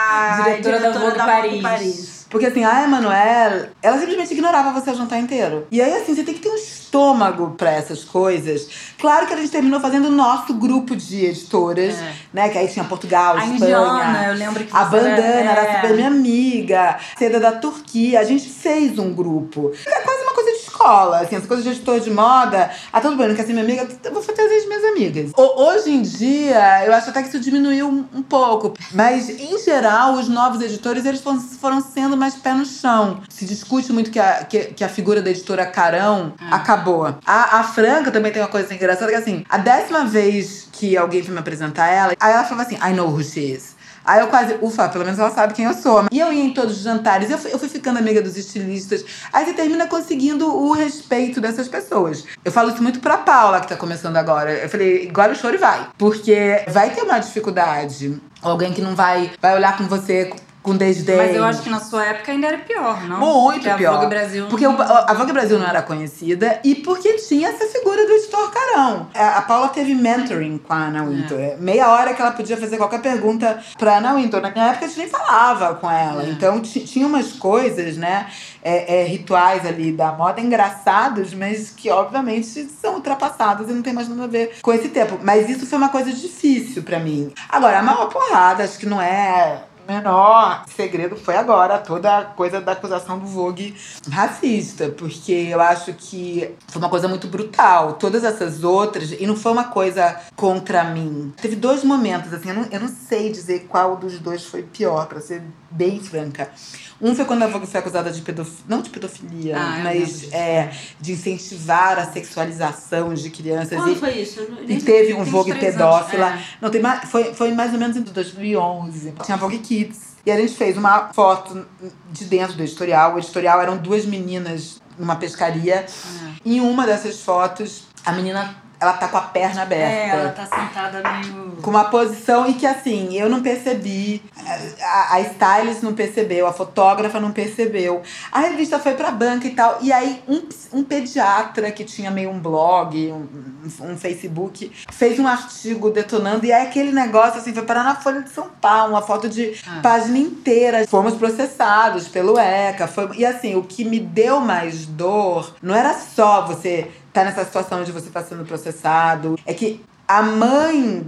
a Diretora da Vogue Paris. Paris. Porque assim, a Emanuele, ela simplesmente ignorava você o jantar inteiro. E aí assim, você tem que ter um estômago pra essas coisas. Claro que a gente terminou fazendo o nosso grupo de editoras, É. né? Que aí tinha Portugal, A Espanha. Indiana, eu lembro que A você Bandana era- era super minha amiga. Seda da Turquia. A gente fez um grupo. É quase uma coisa de escola, assim. Essa coisa de editor de moda. Ah, tudo bem, não quer ser minha amiga? Eu vou trazer as minhas amigas. O- Hoje em dia, eu acho até que isso diminuiu um, um pouco. Mas, em geral, os novos editores, eles foram, foram sendo mais pé no chão. Se discute muito que a, que, que a figura da editora Carão acabou. A, a Franca também tem uma coisa engraçada, que assim, a décima vez que alguém foi me apresentar ela, aí ela falava assim, I know who she is. Aí eu quase, ufa, pelo menos ela sabe quem eu sou. E eu ia em todos os jantares, eu fui, eu fui ficando amiga dos estilistas. Aí você termina conseguindo o respeito dessas pessoas. Eu falo isso muito pra Paula, que tá começando agora. Eu falei, engole o choro e vai. Porque vai ter uma dificuldade. Alguém que não vai, vai olhar com você com desdém. Mas eu acho que na sua época ainda era pior, não? Muito porque pior. a Vogue Brasil... Porque o- a Vogue Brasil não era conhecida e porque tinha essa figura do editor Carão. A, a Paula teve mentoring com a Anna Wintour. É. Meia hora que ela podia fazer qualquer pergunta pra Anna Wintour. Na época a gente nem falava com ela. É. Então t- tinha umas coisas, né? É, é, rituais ali da moda engraçados, mas que obviamente são ultrapassados e não tem mais nada a ver com esse tempo. Mas isso foi uma coisa difícil pra mim. Agora, a maior porrada, acho que não é... O menor segredo foi agora toda a coisa da acusação do Vogue racista, porque eu acho que foi uma coisa muito brutal. Todas essas outras, e não foi uma coisa contra mim. Teve dois momentos, assim, eu não, eu não sei dizer qual dos dois foi pior, pra ser bem franca. Um foi quando a Vogue foi acusada de pedofilia, não de pedofilia, Ah, eu lembro mas disso. é, de incentivar a sexualização de crianças. Quando E- foi isso? Eu não- e nem- teve um tem Vogue uns três pedófila. anos, é. Não, tem mais, foi, foi mais ou menos em dois mil e onze. Tinha a Vogue Kids. E a gente fez uma foto de dentro do editorial. O editorial eram duas meninas numa pescaria. É. Em uma dessas fotos, a menina ela tá com a perna aberta. É, ela tá sentada meio... Com uma posição e que, assim, eu não percebi, a, a stylist não percebeu, a fotógrafa não percebeu. A revista foi pra banca e tal. E aí, um, um pediatra que tinha meio um blog, um, um Facebook, fez um artigo detonando. E aí, aquele negócio, assim, foi parar na Folha de São Paulo, uma foto de ah. página inteira. Fomos processados pelo ECA. Foi, e, assim, o que me deu mais dor não era só você tá nessa situação de você estar sendo processado. É que a mãe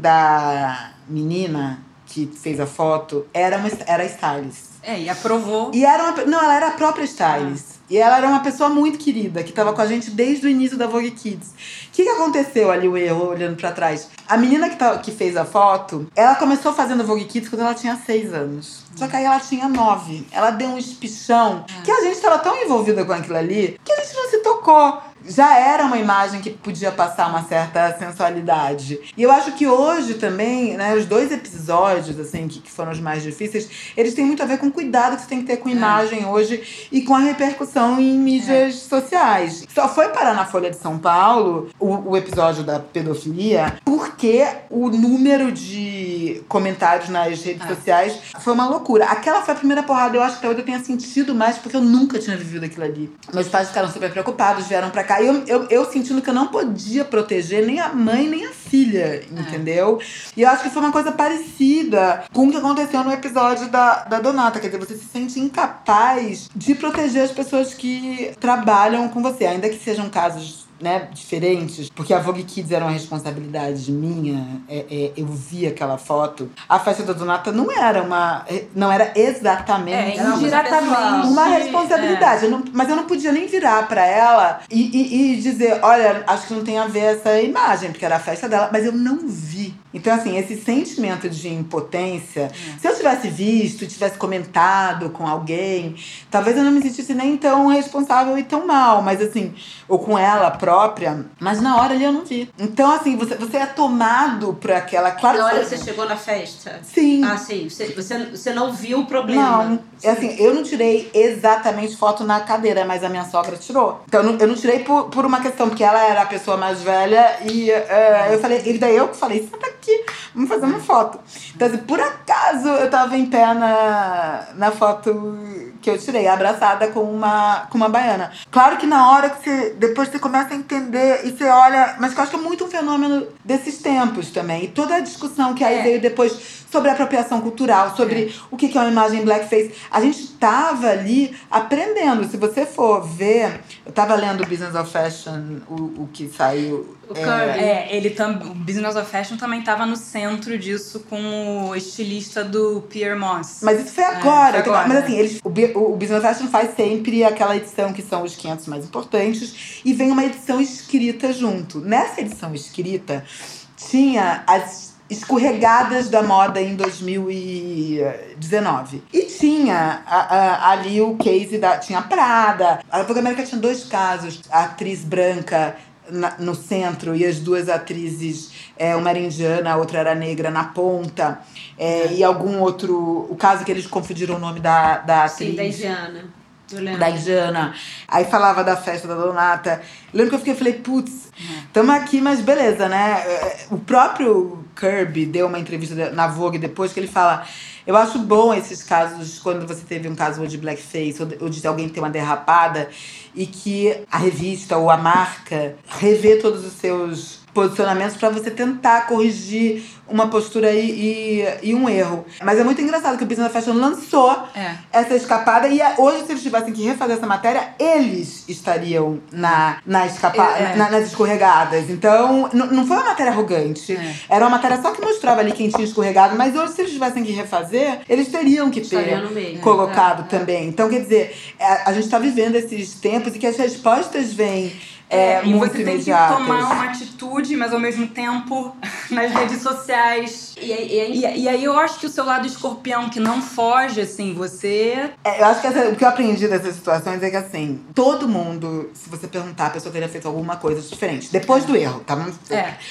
da menina que fez a foto era uma era stylist. É, e aprovou. E era uma, não, ela era a própria stylist. Ah. E ela era uma pessoa muito querida, que estava com a gente desde o início da Vogue Kids. O que, que aconteceu ali, o erro, olhando pra trás? A menina que, tá, que fez a foto, ela começou fazendo Vogue Kids quando ela tinha seis anos. Só que aí ela tinha nove. Ela deu um espichão, ah. que a gente estava tão envolvida com aquilo ali, que a gente não se tocou. Já era uma imagem que podia passar uma certa sensualidade. E eu acho que hoje também, né, os dois episódios, assim, que, que foram os mais difíceis, eles têm muito a ver com o cuidado que você tem que ter com imagem é. hoje e com a repercussão em mídias é. sociais. Só foi parar na Folha de São Paulo o, o episódio da pedofilia porque o número de comentários nas redes é. sociais foi uma loucura. Aquela foi a primeira porrada, eu acho que talvez eu tenha sentido mais porque eu nunca tinha vivido aquilo ali. Meus pais ficaram super preocupados, vieram pra cá. Eu, eu, eu sentindo que eu não podia proteger nem a mãe, nem a filha, entendeu? É. E eu acho que foi uma coisa parecida com o que aconteceu no episódio da, da Donata. Quer dizer, você se sente incapaz de proteger as pessoas que trabalham com você. Ainda que sejam casos, né, diferentes, porque a Vogue Kids era uma responsabilidade minha, é, é, eu vi aquela foto. A festa da Donata não era uma... não era exatamente... É, indiretamente. Uma responsabilidade. É. Eu não, mas eu não podia nem virar pra ela e, e, e dizer, olha, acho que não tem a ver essa imagem, porque era a festa dela, mas eu não vi. Então, assim, esse sentimento de impotência, é. se eu tivesse visto, tivesse comentado com alguém, talvez eu não me sentisse nem tão responsável e tão mal, mas assim, ou com ela própria, mas na hora ali eu não vi. Então, assim, você, você é tomado por aquela... Claro na hora que você chegou na festa? Sim. Ah, sim. Você, você, você não viu o problema? Não. É assim, eu não tirei exatamente foto na cadeira, mas a minha sogra tirou. Então, eu não, eu não tirei por, por uma questão, porque ela era a pessoa mais velha e uh, eu falei... E daí eu que falei, senta aqui, vamos fazer uma foto. Então, assim, por acaso, eu tava em pé na, na foto que eu tirei, abraçada com uma, com uma baiana. Claro que na hora que você... Depois você começa a entender e você olha... Mas que eu acho que é muito um fenômeno desses tempos também. E toda a discussão que aí é. veio depois sobre apropriação cultural, sobre é. o que é uma imagem blackface. A gente tava ali aprendendo. Se você for ver... Eu tava lendo o Business of Fashion, o, o que saiu... O é, é, ele tam, o Business of Fashion também tava no centro disso com o estilista do Pierre Moss. Mas isso foi agora. É, foi agora. Mas assim, eles, o, o Business of Fashion faz sempre aquela edição que são os quinhentos mais importantes e vem uma edição escrita junto. Nessa edição escrita, tinha as escorregadas da moda em dois mil e dezenove. E tinha a, a, ali o case da... Tinha a Prada. A Vogue América tinha dois casos. A atriz branca na, no centro e as duas atrizes, é, uma era indiana, a outra era negra, na ponta. É, é. E algum outro... O caso que eles confundiram o nome da, da atriz. Sim, da indiana. Da indiana. Aí falava da festa da Donata. Eu lembro que eu fiquei, falei, putz, tamo aqui, mas beleza, né? O próprio Kirby deu uma entrevista na Vogue depois que ele fala... Eu acho bom esses casos, quando você teve um caso de blackface ou de alguém ter uma derrapada e que a revista ou a marca revê todos os seus posicionamentos para você tentar corrigir uma postura e, e, e um erro. Mas é muito engraçado que o Business of Fashion lançou é. essa escapada e hoje, se eles tivessem que refazer essa matéria, eles estariam na, na escapada, é. na, nas escorregadas. Então, n- não foi uma matéria arrogante. É. Era uma matéria só que mostrava ali quem tinha escorregado, mas hoje, se eles tivessem que refazer, eles teriam que ter colocado é. também. Então, quer dizer, a, a gente está vivendo esses tempos e que as respostas vêm É, e muito você tem imediatas. que tomar uma atitude, mas ao mesmo tempo nas redes sociais. E, e, e, e aí eu acho que o seu lado escorpião, que não foge, assim, você... É, eu acho que essa, o que eu aprendi dessas situações é que, assim, todo mundo, se você perguntar, a pessoa teria feito alguma coisa diferente. Depois do erro, tá? É.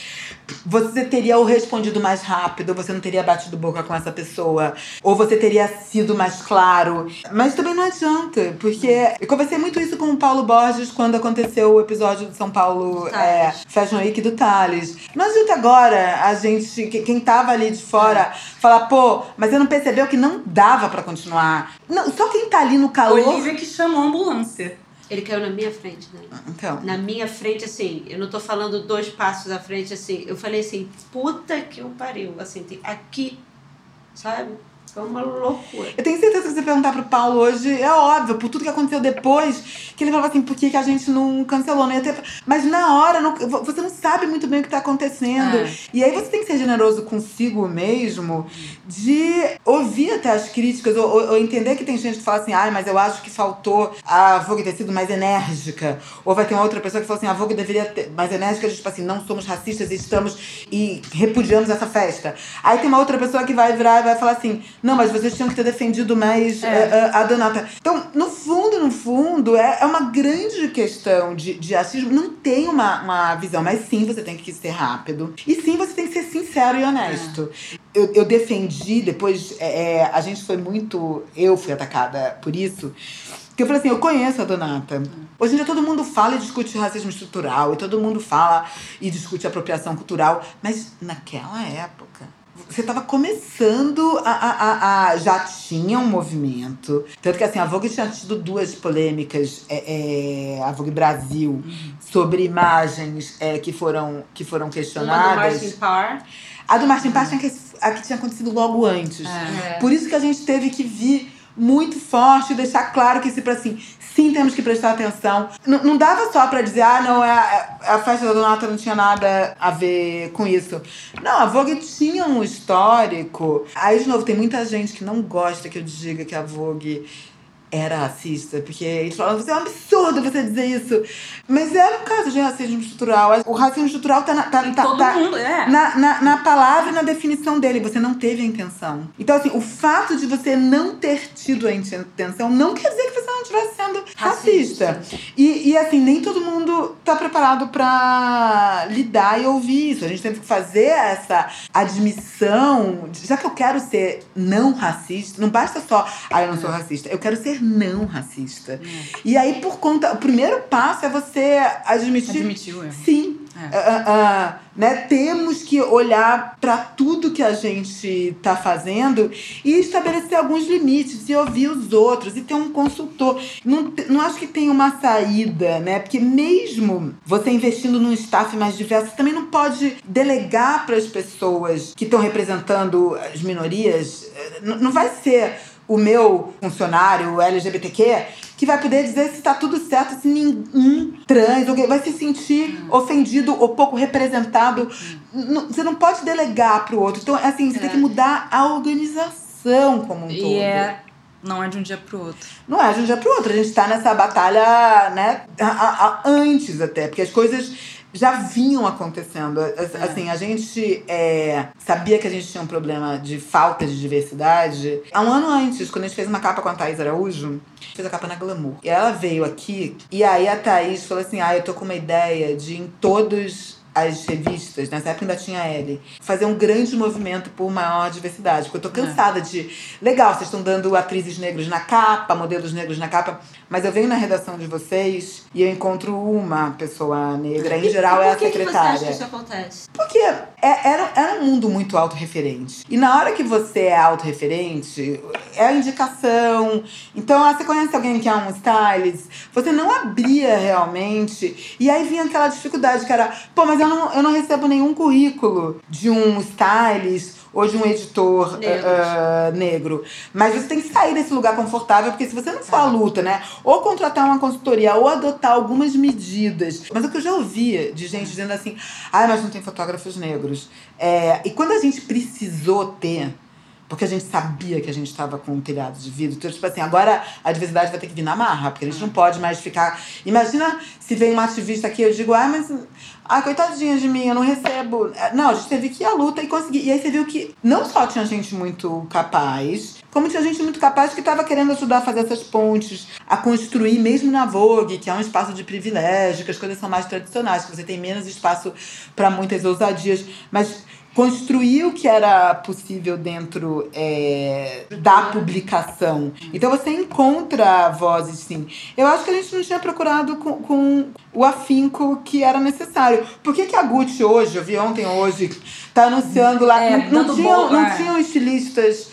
você teria ou respondido mais rápido, você não teria batido boca com essa pessoa, ou você teria sido mais claro. Mas também não adianta, porque eu conversei muito isso com o Paulo Borges quando aconteceu o episódio de São Paulo é, Fashion Week do Thales. Não adianta agora a gente, quem tava ali de fora, falar, pô, mas você não percebeu que não dava pra continuar. Não, só quem tá ali no calor... Olivia que chamou a ambulância. Ele caiu na minha frente, né? Então. Na minha frente, assim, eu não tô falando dois passos à frente, assim. Eu falei assim, puta que o pariu. Assim, tem aqui, sabe? Foi uma loucura. Eu tenho certeza que se você perguntar pro Paulo hoje, é óbvio, por tudo que aconteceu depois, que ele falava assim, por que, que a gente não cancelou? Não ia ter... Mas na hora, não, você não sabe muito bem o que tá acontecendo. É. E aí você tem que ser generoso consigo mesmo, de ouvir até as críticas, ou, ou, ou entender que tem gente que fala assim, ai, mas eu acho que faltou a Vogue ter sido mais enérgica. Ou vai ter uma outra pessoa que fala assim, a Vogue deveria ter mais enérgica, tipo assim, não somos racistas e estamos e repudiamos essa festa. Aí tem uma outra pessoa que vai virar e vai falar assim, não, mas vocês tinham que ter defendido mais é. a, a Donata. Então, no fundo, no fundo, é, é uma grande questão de, de racismo. Não tem uma, uma visão, mas sim, você tem que ser rápido. E sim, você tem que ser sincero e honesto. É. Eu, eu defendi, depois é, a gente foi muito... Eu fui atacada por isso. Porque eu falei assim, eu conheço a Donata. Hoje em dia todo mundo fala e discute racismo estrutural. E todo mundo fala e discute apropriação cultural. Mas naquela época... Você estava começando a, a, a, a... Já tinha um movimento. Tanto que, assim, a Vogue tinha tido duas polêmicas. É, é, a Vogue Brasil, uhum. sobre imagens é, que, foram, que foram questionadas. Uma do Martin Parr. A do Martin Parr, tinha que, a que tinha acontecido logo antes. É. Por isso que a gente teve que vir muito forte e deixar claro que, tipo assim, sim, temos que prestar atenção. N- não dava só pra dizer, ah, não, é a, a festa da Donata não tinha nada a ver com isso. Não, a Vogue tinha um histórico. Aí, de novo, tem muita gente que não gosta que eu diga que a Vogue era racista, porque eles falam assim, é um absurdo você dizer isso. Mas é um caso de racismo estrutural. O racismo estrutural tá na, tá, tá, todo tá mundo, é. na, na, na palavra e na definição dele. Você não teve a intenção. Então, assim, o fato de você não ter tido a intenção não quer dizer que você não estivesse sendo racista. racista. E, e, assim, nem todo mundo tá preparado pra lidar e ouvir isso. A gente tem que fazer essa admissão. Já que eu quero ser não racista, não basta só, ah, eu não sou racista. Eu quero ser não racista. Hum. E aí, por conta... O primeiro passo é você admitir... Admitir o erro. Sim. É. Uh, uh, né? Temos que olhar para tudo que a gente tá fazendo e estabelecer alguns limites e ouvir os outros e ter um consultor. Não, não acho que tem uma saída, né? Porque mesmo você investindo num staff mais diverso, você também não pode delegar para as pessoas que estão representando as minorias. Não, não vai ser o meu funcionário L G B T Q que vai poder dizer se tá tudo certo, se nenhum trans alguém vai se sentir hum. ofendido ou pouco representado. Hum. Você não pode delegar pro outro. Então, assim, você é. tem que mudar a organização como um e todo. É... Não é de um dia pro outro. Não é de um dia pro outro. A gente tá nessa batalha, né, a, a, a, antes até, porque as coisas já vinham acontecendo. Assim, a gente é, sabia que a gente tinha um problema de falta de diversidade. Há um ano antes, quando a gente fez uma capa com a Thaís Araújo, a gente fez a capa na Glamour. E ela veio aqui, e aí a Thaís falou assim, ah, eu tô com uma ideia de em todos as revistas, nessa época ainda tinha a Elle, fazer um grande movimento por maior diversidade. Porque eu tô cansada é. de... Legal, vocês estão dando atrizes negras na capa, modelos negros na capa, mas eu venho na redação de vocês e eu encontro uma pessoa negra. Em geral, é a secretária. Por que você acha que isso acontece? Porque é, era, era um mundo muito autorreferente. E na hora que você é autorreferente, é a indicação. Então, ah, você conhece alguém que é um stylist? Você não abria realmente. E aí vinha aquela dificuldade que era, pô, mas eu não, eu não recebo nenhum currículo de um stylist ou de um editor negro. Uh, negro. Mas você tem que sair desse lugar confortável, porque se você não for à luta, né? Ou contratar uma consultoria, ou adotar algumas medidas. Mas o que eu já ouvia de gente dizendo assim, ah, mas não tem fotógrafos negros. É, e quando a gente precisou ter, porque a gente sabia que a gente estava com um telhado de vidro. Então, tipo assim, agora a diversidade vai ter que vir na marra, porque a gente não pode mais ficar... Imagina se vem uma ativista aqui, eu digo, ah, mas... Ah, coitadinha de mim, eu não recebo... Não, a gente teve que ir à luta e conseguir. E aí você viu que não só tinha gente muito capaz, como tinha gente muito capaz que estava querendo ajudar a fazer essas pontes, a construir, mesmo na Vogue, que é um espaço de privilégio, que as coisas são mais tradicionais, que você tem menos espaço para muitas ousadias, mas construir o que era possível dentro é, da publicação. Então você encontra vozes, sim. Eu acho que a gente não tinha procurado com, com o afinco que era necessário. Por que que a Gucci hoje, eu vi ontem hoje, tá anunciando lá... É, não, não, tinham, boa, não é. tinham estilistas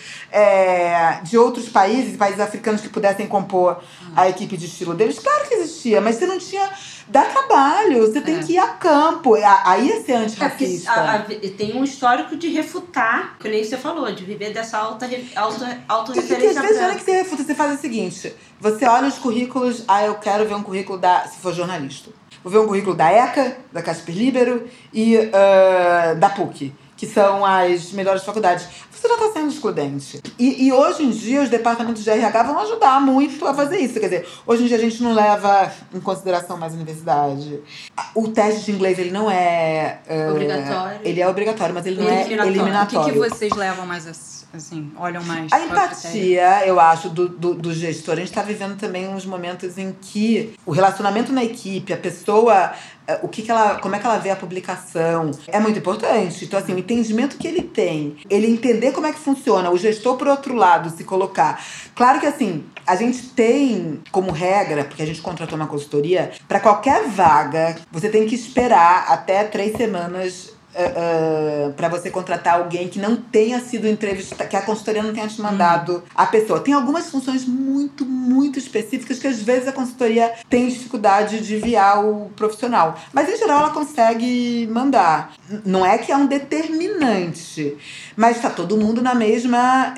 é, de outros países, países africanos que pudessem compor a equipe de estilo deles? Claro que existia, mas você não tinha... Dá trabalho, você tem É. que ir a campo. Aí ia ser É porque antirracista. a, a, tem um histórico de refutar, que nem você falou, de viver dessa alta, alta, Porque autorreferência às vezes não é branca. que você refuta, você faz o seguinte: você olha os currículos, ah, eu quero ver um currículo da. Se for jornalista. Vou ver um currículo da ECA, da Casper Libero e uh, da PUC, que são as melhores faculdades. Você já está sendo excludente. E, e hoje em dia os departamentos de R H vão ajudar muito a fazer isso. Quer dizer, hoje em dia a gente não leva em consideração mais a universidade. O teste de inglês, ele não é... Uh, Obrigatório. Ele é obrigatório, mas ele não é Eliminatório. eliminatório. O que, que vocês levam mais, assim, olham mais? A qual é o empatia, eu acho, do, do, do gestor. A gente está vivendo também uns momentos em que o relacionamento na equipe, a pessoa, o que que ela, como é que ela vê a publicação, é muito importante. Então, assim, o entendimento que ele tem, ele entender como é que funciona, o gestor, por outro lado, se colocar. Claro que, assim, a gente tem como regra, porque a gente contratou uma consultoria, para qualquer vaga, você tem que esperar até três semanas Uh, uh, para você contratar alguém que não tenha sido entrevistado, que a consultoria não tenha te mandado hum. a pessoa. Tem algumas funções muito, muito específicas que às vezes a consultoria tem dificuldade de enviar o profissional. Mas em geral ela consegue mandar. Não é que é um determinante, mas tá todo mundo na mesma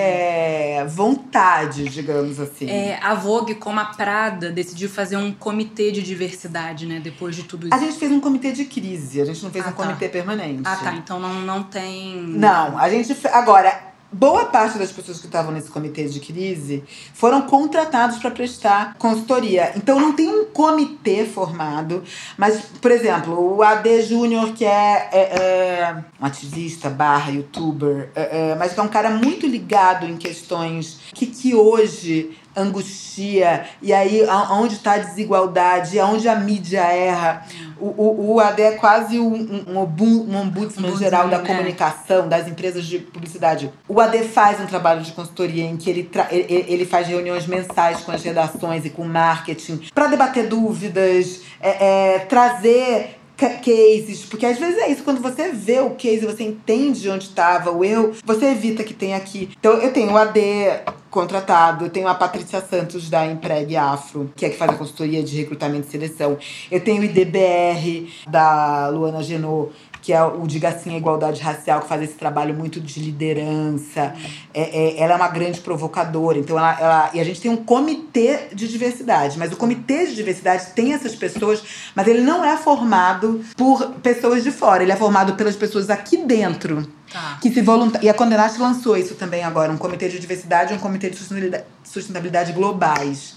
é, é, vontade, digamos assim. É, a Vogue, como a Prada, decidiu fazer um comitê de diversidade, né? Depois de tudo isso. A gente fez um comitê de crise, a gente não fez ah, um tá. comitê permanente. Ah, tá. Então não, não tem... Não, a gente... Agora, boa parte das pessoas que estavam nesse comitê de crise foram contratados para prestar consultoria. Então não tem um comitê formado, mas, por exemplo, o A D Júnior, que é, é, é um ativista barra youtuber, é, é, mas que é um cara muito ligado em questões que, que hoje angustia, e aí onde está a desigualdade, onde a mídia erra. O, o, o A D é quase um, um, um ombudsman, ombudsman geral da comunicação, das empresas de publicidade. O A D faz um trabalho de consultoria em que ele, tra- ele, ele faz reuniões mensais com as redações e com o marketing para debater dúvidas, é, é, trazer cases, porque às vezes é isso, quando você vê o case, você entende onde estava o erro, você evita que tenha aqui. Então eu tenho o A D contratado, eu tenho a Patrícia Santos da Empregue Afro, que é que faz a consultoria de recrutamento e seleção. Eu tenho o I D B R da Luana Genot, que é o Diga Sim à Igualdade Racial, que faz esse trabalho muito de liderança. É, é, ela é uma grande provocadora. Então ela, ela, e a gente tem um comitê de diversidade. Mas o comitê de diversidade tem essas pessoas, mas ele não é formado por pessoas de fora. Ele é formado pelas pessoas aqui dentro. Tá. Que se voluntar... E a Condenast lançou isso também agora. Um comitê de diversidade e um comitê de sustentabilidade, sustentabilidade globais.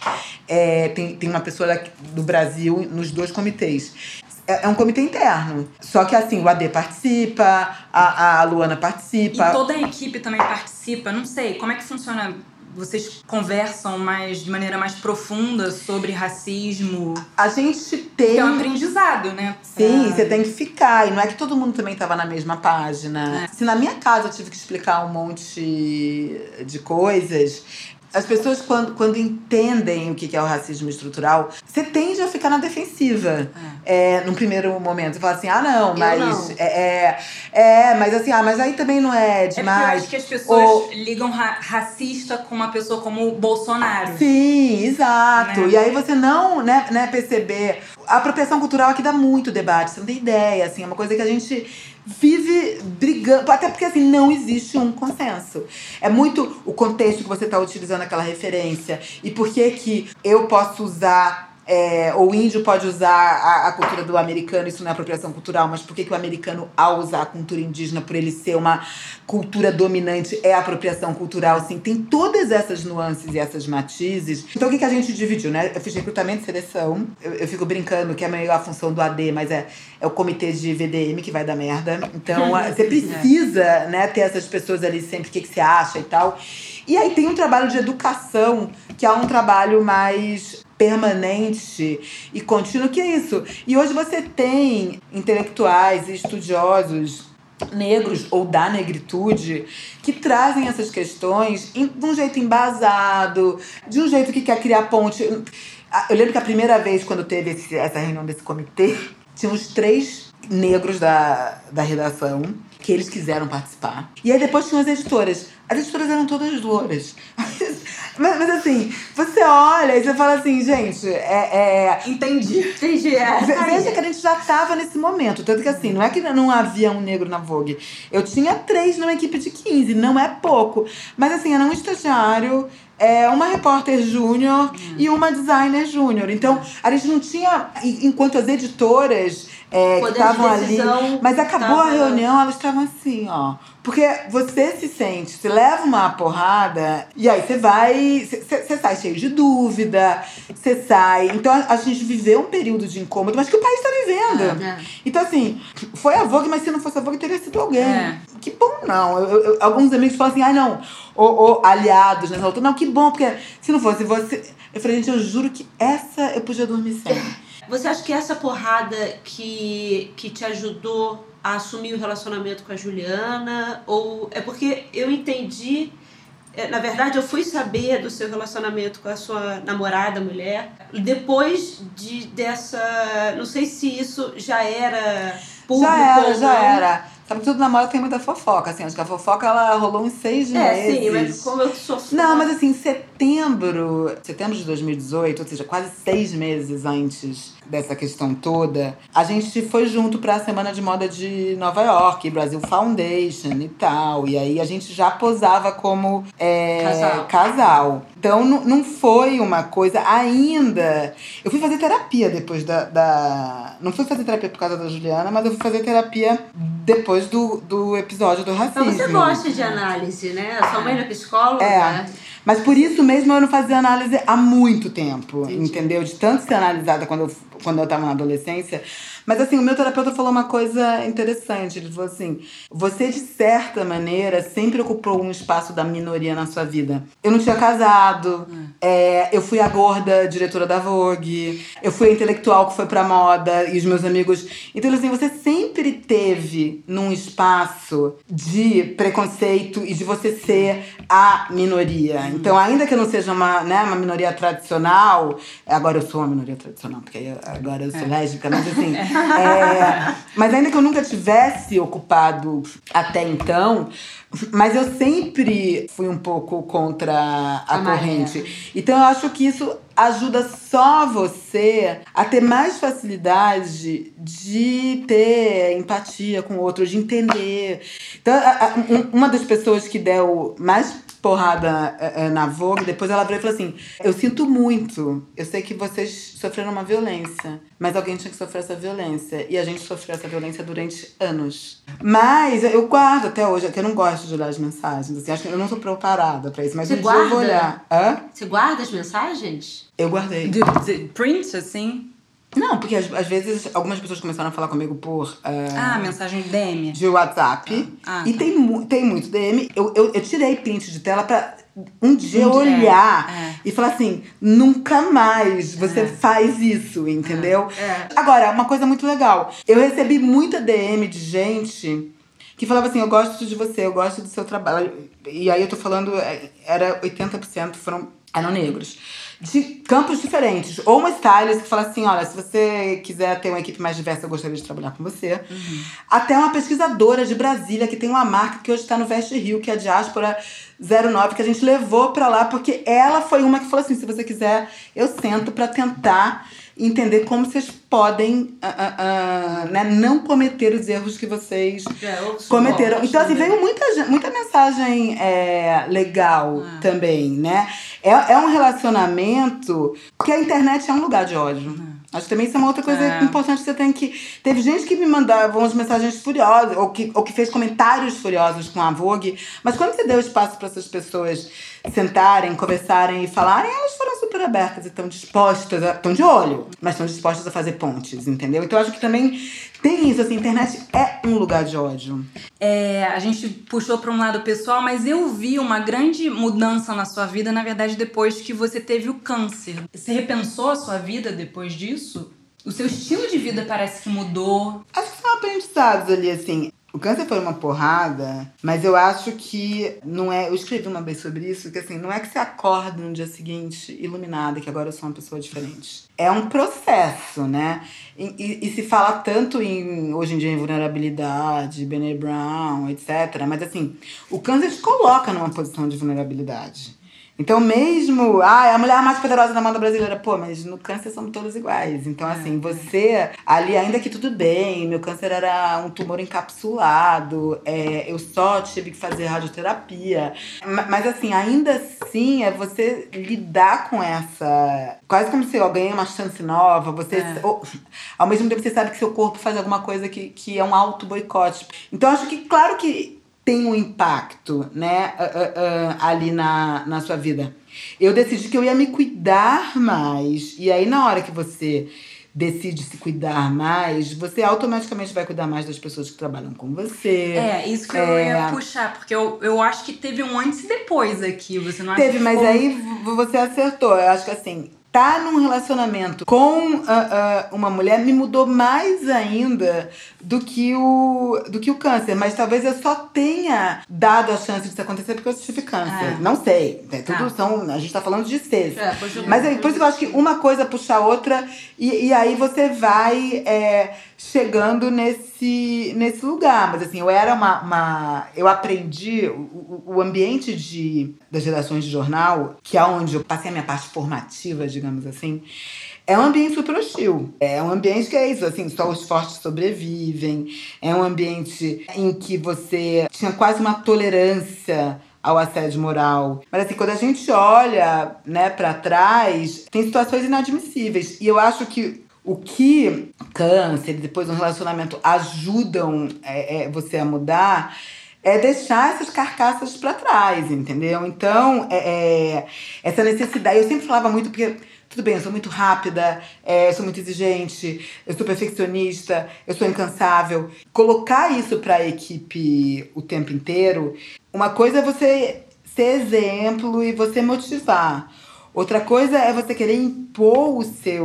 É, tem, tem uma pessoa daqui, do Brasil nos dois comitês. É um comitê interno. Só que, assim, o A D participa, a, a Luana participa. E toda a equipe também participa? Não sei, como é que funciona? Vocês conversam mais, de maneira mais profunda sobre racismo? A gente tem... É um aprendizado, né? Sim, pra... você tem que ficar. E não é que todo mundo também estava na mesma página. É. Se na minha casa eu tive que explicar um monte de coisas... As pessoas, quando, quando entendem o que é o racismo estrutural, você tende a ficar na defensiva. É. É, num primeiro momento. Você fala assim, ah, não, mas... não. É, é, é, mas assim, ah, mas aí também não é demais. É porque eu acho que as pessoas Ou... ligam ra- racista com uma pessoa como o Bolsonaro. Sim, exato. Né? E aí você não, né, né, perceber... A apropriação cultural aqui dá muito debate, você não tem ideia, assim, é uma coisa que a gente... vive brigando, até porque assim, não existe um consenso. É muito o contexto que você está utilizando aquela referência. E por que que eu posso usar, é, ou o índio pode usar a, a cultura do americano, isso não é apropriação cultural, mas por que que o americano, ao usar a cultura indígena, por ele ser uma cultura dominante, é apropriação cultural? Assim, tem todas essas nuances e essas matizes. Então o que que a gente dividiu, né? Eu fiz recrutamento e seleção. Eu, eu fico brincando que é meio a função do A D, mas é, é o comitê de V D M que vai dar merda. Então você precisa, né, ter essas pessoas ali sempre, o que que você acha e tal. E aí tem um trabalho de educação, que é um trabalho mais permanente e contínuo, que é isso. E hoje você tem intelectuais e estudiosos negros ou da negritude que trazem essas questões de um jeito embasado, de um jeito que quer criar ponte. Eu lembro que a primeira vez, quando teve esse, essa reunião desse comitê, tinha uns três negros da, da redação que eles quiseram participar. E aí depois tinham as editoras. As editoras eram todas louras. Mas, mas assim, você olha e você fala assim, gente, é... é... Entendi. Entendi, é. Veja que a gente já estava nesse momento. Tanto que assim, não é que não havia um negro na Vogue. Eu tinha três numa equipe de quinze, não é pouco. Mas assim, era um estagiário, é, uma repórter júnior hum. e uma designer júnior. Então, a gente não tinha... Enquanto as editoras... É, que estavam ali, mas acabou tava... a reunião, elas estavam assim, ó. Porque você se sente, você leva uma porrada e aí você vai, você sai cheio de dúvida, você sai. Então a, a gente viveu um período de incômodo, mas que o país está vivendo. É, é. Então, assim, foi a Vogue, mas se não fosse a Vogue, teria sido alguém. É. Que bom, não. Eu, eu, alguns amigos falam assim, ai, ah, não, ou, ou aliados nessa altura. Não, que bom, porque se não fosse você. Eu falei, gente, eu juro que essa eu podia dormir sem. Você acha que essa porrada que, que te ajudou a assumir o relacionamento com a Juliana? Ou é porque eu entendi... Na verdade, eu fui saber do seu relacionamento com a sua namorada, mulher, depois de, dessa... Não sei se isso já era público já era, ou já era. Sabe que todo namoro tem muita fofoca, assim. Acho que a fofoca, ela rolou uns seis é, meses. É, sim, mas como eu sou fã... Não, mas assim, em setembro... Setembro de dois mil e dezoito, ou seja, quase seis meses antes dessa questão toda, a gente foi junto pra Semana de Moda de Nova York, Brasil Foundation e tal. E aí a gente já posava como é, casal. casal. Então, não, não foi uma coisa ainda... Eu fui fazer terapia depois da, da... Não fui fazer terapia por causa da Juliana, mas eu fui fazer terapia depois do, do episódio do racismo. Então você gosta de análise, né? A sua mãe é psicóloga. É. Mas por isso mesmo eu não fazia análise há muito tempo, entendi. Entendeu? De tanto ser analisada quando eu, quando eu tava na adolescência. Mas assim, o meu terapeuta falou uma coisa interessante. Ele falou assim, você de certa maneira sempre ocupou um espaço da minoria na sua vida. Eu não tinha casado, hum. é, eu fui a gorda diretora da Vogue, eu fui a intelectual que foi pra moda e os meus amigos... Então assim, você sempre teve num espaço de preconceito e de você ser a minoria. Hum. Então ainda que eu não seja uma, né, uma minoria tradicional, agora eu sou uma minoria tradicional, porque agora eu sou é. lésbica, mas assim... É. É, mas ainda que eu nunca tivesse ocupado até então, mas eu sempre fui um pouco contra a, a corrente. Então eu acho que isso ajuda só você a ter mais facilidade de ter empatia com o outro, de entender. Então, a, a, uma das pessoas que deu mais porrada é, na Vogue, depois ela veio e falou assim, eu sinto muito, eu sei que vocês sofreram uma violência, mas alguém tinha que sofrer essa violência, e a gente sofreu essa violência durante anos. Mas eu guardo até hoje, que eu não gosto de olhar as mensagens, assim, acho que eu não sou preparada pra isso, mas você um guarda? dia eu vou olhar. Hã? Você guarda as mensagens? Eu guardei. De, de print, assim? Não, porque às, às vezes algumas pessoas começaram a falar comigo por... Uh, ah, mensagem de D M. De WhatsApp. Ah, e tá. tem, mu- tem muito D M. Eu, eu, eu tirei print de tela pra um dia um olhar é, é. e falar assim, nunca mais você é. faz isso, entendeu? É. É. Agora, uma coisa muito legal. Eu recebi muita D M de gente que falava assim, eu gosto de você, eu gosto do seu trabalho. E aí eu tô falando, era oitenta por cento foram, eram negros. De campos diferentes. Ou uma stylist que fala assim, olha, se você quiser ter uma equipe mais diversa, eu gostaria de trabalhar com você. Uhum. Até uma pesquisadora de Brasília, que tem uma marca que hoje está no Veste Rio, que é a Diáspora zero nove, que a gente levou pra lá, porque ela foi uma que falou assim, se você quiser, eu sento pra tentar entender como vocês podem uh, uh, uh, né, não cometer os erros que vocês é, cometeram. Então, assim, veio muita, muita mensagem é, legal ah. também, né? É, é um relacionamento... Porque a internet é um lugar de ódio. Ah. Acho que também isso é uma outra coisa é. importante que você tem que... Teve gente que me mandava umas mensagens furiosas, ou que, ou que fez comentários furiosos com a Vogue, mas quando você deu espaço para essas pessoas sentarem, conversarem e falarem, elas foram super super abertas e estão dispostas, estão de olho, mas estão dispostas a fazer pontes, entendeu? Então eu acho que também tem isso, assim, a internet é um lugar de ódio. É, a gente puxou para um lado pessoal, mas eu vi uma grande mudança na sua vida, na verdade, depois que você teve o câncer. Você repensou a sua vida depois disso? O seu estilo de vida parece que mudou. Acho que são aprendizados ali, assim. O câncer foi uma porrada, mas eu acho que não é... Eu escrevi uma vez sobre isso, que assim, não é que você acorda no dia seguinte iluminada, que agora eu sou uma pessoa diferente. É um processo, né? E, e, e se fala tanto em, hoje em dia, em vulnerabilidade, Brené Brown, etcétera. Mas assim, o câncer te coloca numa posição de vulnerabilidade. Então mesmo, ah, é a mulher mais poderosa da moda brasileira. Pô, mas no câncer somos todos iguais. Então assim, você ali, ainda que tudo bem, meu câncer era um tumor encapsulado, é, eu só tive que fazer radioterapia. Mas assim, ainda assim, é você lidar com essa... Quase como se eu ganhei uma chance nova. Você, é. ou, ao mesmo tempo você sabe que seu corpo faz alguma coisa que, que é um auto-boicote. Então acho que, claro que tem um impacto, né, uh, uh, uh, ali na, na sua vida. Eu decidi que eu ia me cuidar mais. E aí, na hora que você decide se cuidar mais, você automaticamente vai cuidar mais das pessoas que trabalham com você. É, isso que é... eu ia puxar, porque eu, eu acho que teve um antes e depois aqui. Você não acha Teve, que mas ficou... aí você acertou. Eu acho que assim... Tá num relacionamento com uh, uh, uma mulher me mudou mais ainda do que, o, do que o câncer. Mas talvez eu só tenha dado a chance disso acontecer porque eu tive câncer. É. Não sei. É, tudo ah. são, a gente tá falando de ser. É, mas é, por isso que eu acho que uma coisa puxa a outra e, e aí você vai é, chegando nesse, nesse lugar. Mas assim, eu era uma... uma eu aprendi o, o ambiente de, das redações de jornal, que é onde eu passei a minha parte formativa, digamos assim, é um ambiente super hostil. É um ambiente que é isso, assim, só os fortes sobrevivem. É um ambiente em que você tinha quase uma tolerância ao assédio moral. Mas assim, quando a gente olha, né, pra trás, tem situações inadmissíveis. E eu acho que o que câncer e depois um relacionamento ajudam é, é, você a mudar é deixar essas carcaças pra trás, entendeu? Então, é, é, essa necessidade... Eu sempre falava muito, porque, tudo bem, eu sou muito rápida, é, eu sou muito exigente, eu sou perfeccionista, eu sou incansável. Colocar isso pra equipe o tempo inteiro, uma coisa é você ser exemplo e você motivar. Outra coisa é você querer impor o seu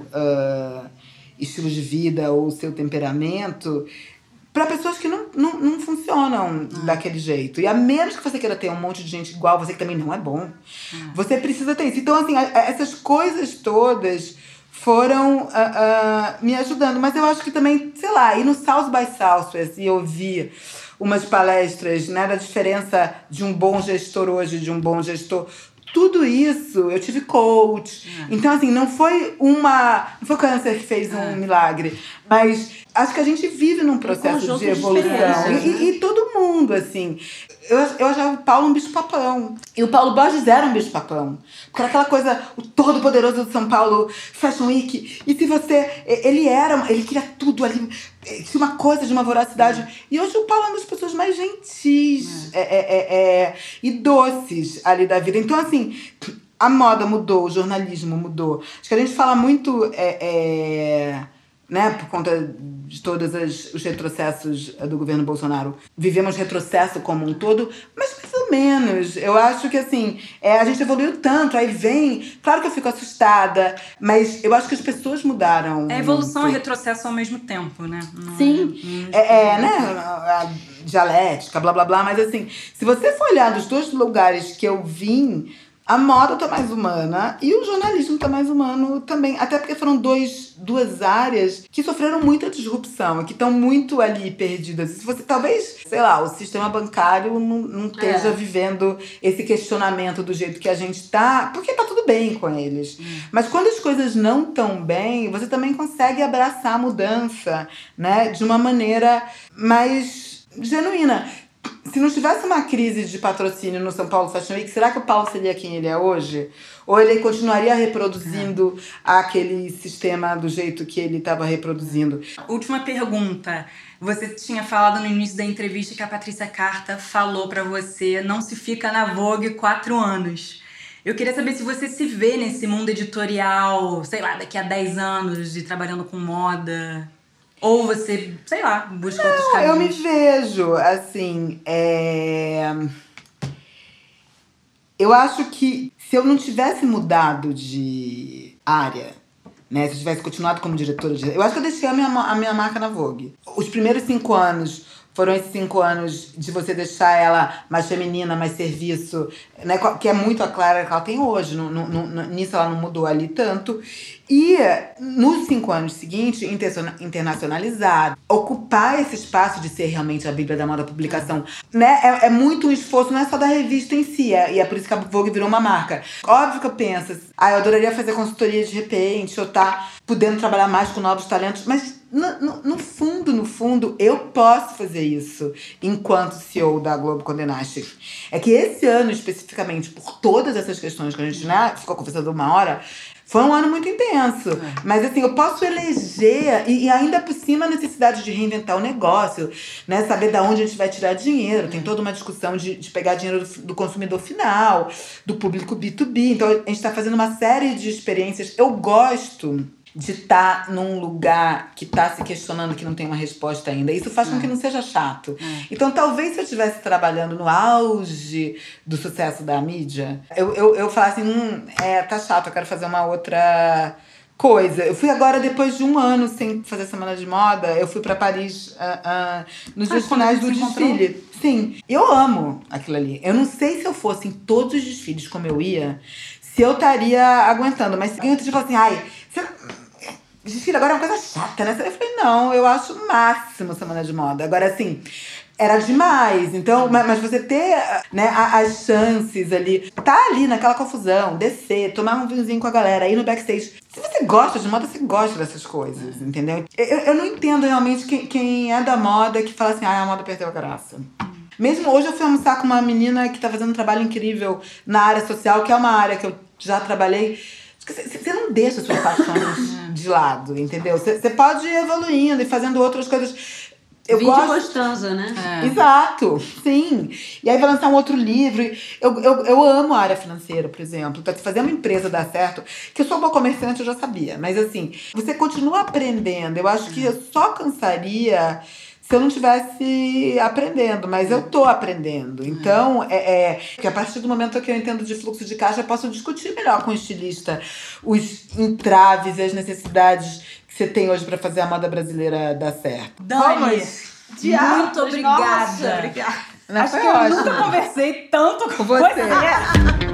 uh, estilo de vida ou o seu temperamento para pessoas que não, não, não funcionam ah. daquele jeito. E a menos que você queira ter um monte de gente igual, você que também não é bom, ah. você precisa ter isso. Então, assim, a, a, essas coisas todas foram uh, uh, me ajudando. Mas eu acho que também, sei lá, ir no South by Southwest e ouvir umas palestras, né, da diferença de um bom gestor hoje, de um bom gestor... Tudo isso, eu tive coach. É. Então, assim, não foi uma... Não foi o câncer que fez é. um milagre. Mas acho que a gente vive num processo um de evolução. De e, né? e, e todo mundo, assim... Eu, eu achava o Paulo um bicho-papão. E o Paulo Borges era um bicho-papão. Porque era aquela coisa, o todo-poderoso do São Paulo Fashion Week. E se você... Ele era... Ele queria tudo ali. Tinha uma coisa de uma voracidade. É. E hoje o Paulo é uma das pessoas mais gentis é. É, é, é, e doces ali da vida. Então, assim... A moda mudou, o jornalismo mudou. Acho que a gente fala muito... É, é, né, por conta de todos as, os retrocessos do governo Bolsonaro. Vivemos retrocesso como um todo, mas mais ou menos. Eu acho que, assim, é, a gente evoluiu tanto, aí vem... Claro que eu fico assustada, mas eu acho que as pessoas mudaram. É evolução muito. E retrocesso ao mesmo tempo, né? Não Sim, é, é, é, né, a dialética, blá, blá, blá, mas assim, se você for olhar dos dois lugares que eu vim... A moda tá mais humana e o jornalismo tá mais humano também. Até porque foram dois, duas áreas que sofreram muita disrupção, que estão muito ali perdidas. Se você, talvez, sei lá, o sistema bancário não, não esteja é. vivendo esse questionamento do jeito que a gente tá, porque tá tudo bem com eles. Hum. Mas quando as coisas não estão bem, você também consegue abraçar a mudança, né, de uma maneira mais genuína. Se não tivesse uma crise de patrocínio no São Paulo Fashion Week, será que o Paulo seria quem ele é hoje? Ou ele continuaria reproduzindo é. aquele sistema do jeito que ele estava reproduzindo? Última pergunta. Você tinha falado no início da entrevista que a Patrícia Carta falou pra você: não se fica na Vogue quatro anos. Eu queria saber se você se vê nesse mundo editorial, sei lá, daqui a dez anos, de trabalhando com moda. Ou você, sei lá, busca Não, outros caminhos. eu me vejo, assim, é... Eu acho que se eu não tivesse mudado de área, né? Se eu tivesse continuado como diretora de... Eu acho que eu deixei a minha, a minha marca na Vogue. Os primeiros cinco anos foram esses cinco anos de você deixar ela mais feminina, mais serviço, né? Que é muito a Clara que ela tem hoje. No, no, no, nisso ela não mudou ali tanto. E nos cinco anos seguintes, internacionalizar, ocupar esse espaço de ser realmente a Bíblia da Moda publicação, né? É, é muito um esforço, não é só da revista em si, é, e é por isso que a Vogue virou uma marca. Óbvio que eu penso, ah, eu adoraria fazer consultoria de repente, eu tá podendo trabalhar mais com novos talentos, mas no, no, no fundo, no fundo, eu posso fazer isso enquanto C E O da Globo Condé Nast. É que esse ano, especificamente, por todas essas questões que a gente, né, ficou conversando uma hora, foi um ano muito intenso. É. Mas, assim, eu posso eleger, e, e ainda por cima a necessidade de reinventar o negócio, né? Saber de onde a gente vai tirar dinheiro. Tem toda uma discussão de, de pegar dinheiro do, do consumidor final, do público B dois B. Então, a gente está fazendo uma série de experiências. Eu gosto de estar tá num lugar que está se questionando, que não tem uma resposta ainda. Isso faz com que não seja chato. É. Então, talvez se eu estivesse trabalhando no auge do sucesso da mídia, eu, eu, eu falasse assim, hum, é, tá chato, eu quero fazer uma outra coisa. Eu fui agora, depois de um ano sem fazer Semana de Moda, eu fui pra Paris uh, uh, nos ah, dias finais do desfile. Encontrou? Sim. Eu amo aquilo ali. Eu não sei se eu fosse em todos os desfiles como eu ia, se eu estaria aguentando. Mas alguém outro dia falou assim, ai, você... desfile agora é uma coisa chata, né? Eu falei, não, eu acho o máximo Semana de Moda. Agora, assim, era demais. Então, mas você ter, né, as chances ali, tá ali naquela confusão, descer, tomar um vinhozinho com a galera, ir no backstage. Se você gosta de moda, você gosta dessas coisas, entendeu? Eu, eu não entendo realmente quem, quem é da moda que fala assim, ah, a moda perdeu a graça. Mesmo hoje eu fui almoçar com uma menina que tá fazendo um trabalho incrível na área social, que é uma área que eu já trabalhei. Você não deixa suas paixões de lado, entendeu? Você pode ir evoluindo e fazendo outras coisas. Eu Vídeo gosto... Costanza, né? É. Exato, sim. E aí vai lançar um outro livro. Eu, eu, eu amo a área financeira, por exemplo. Então, fazer uma empresa dar certo, que eu sou boa comerciante, eu já sabia. Mas assim, você continua aprendendo. Eu acho que eu só cansaria se eu não estivesse aprendendo, mas eu tô aprendendo. Então, é, é que a partir do momento que eu entendo de fluxo de caixa, eu posso discutir melhor com o estilista os entraves e as necessidades que você tem hoje para fazer a moda brasileira dar certo. Dani, muito obrigada. Nossa, obrigada. Não, Acho foi que eu ótimo. nunca conversei tanto com você. você.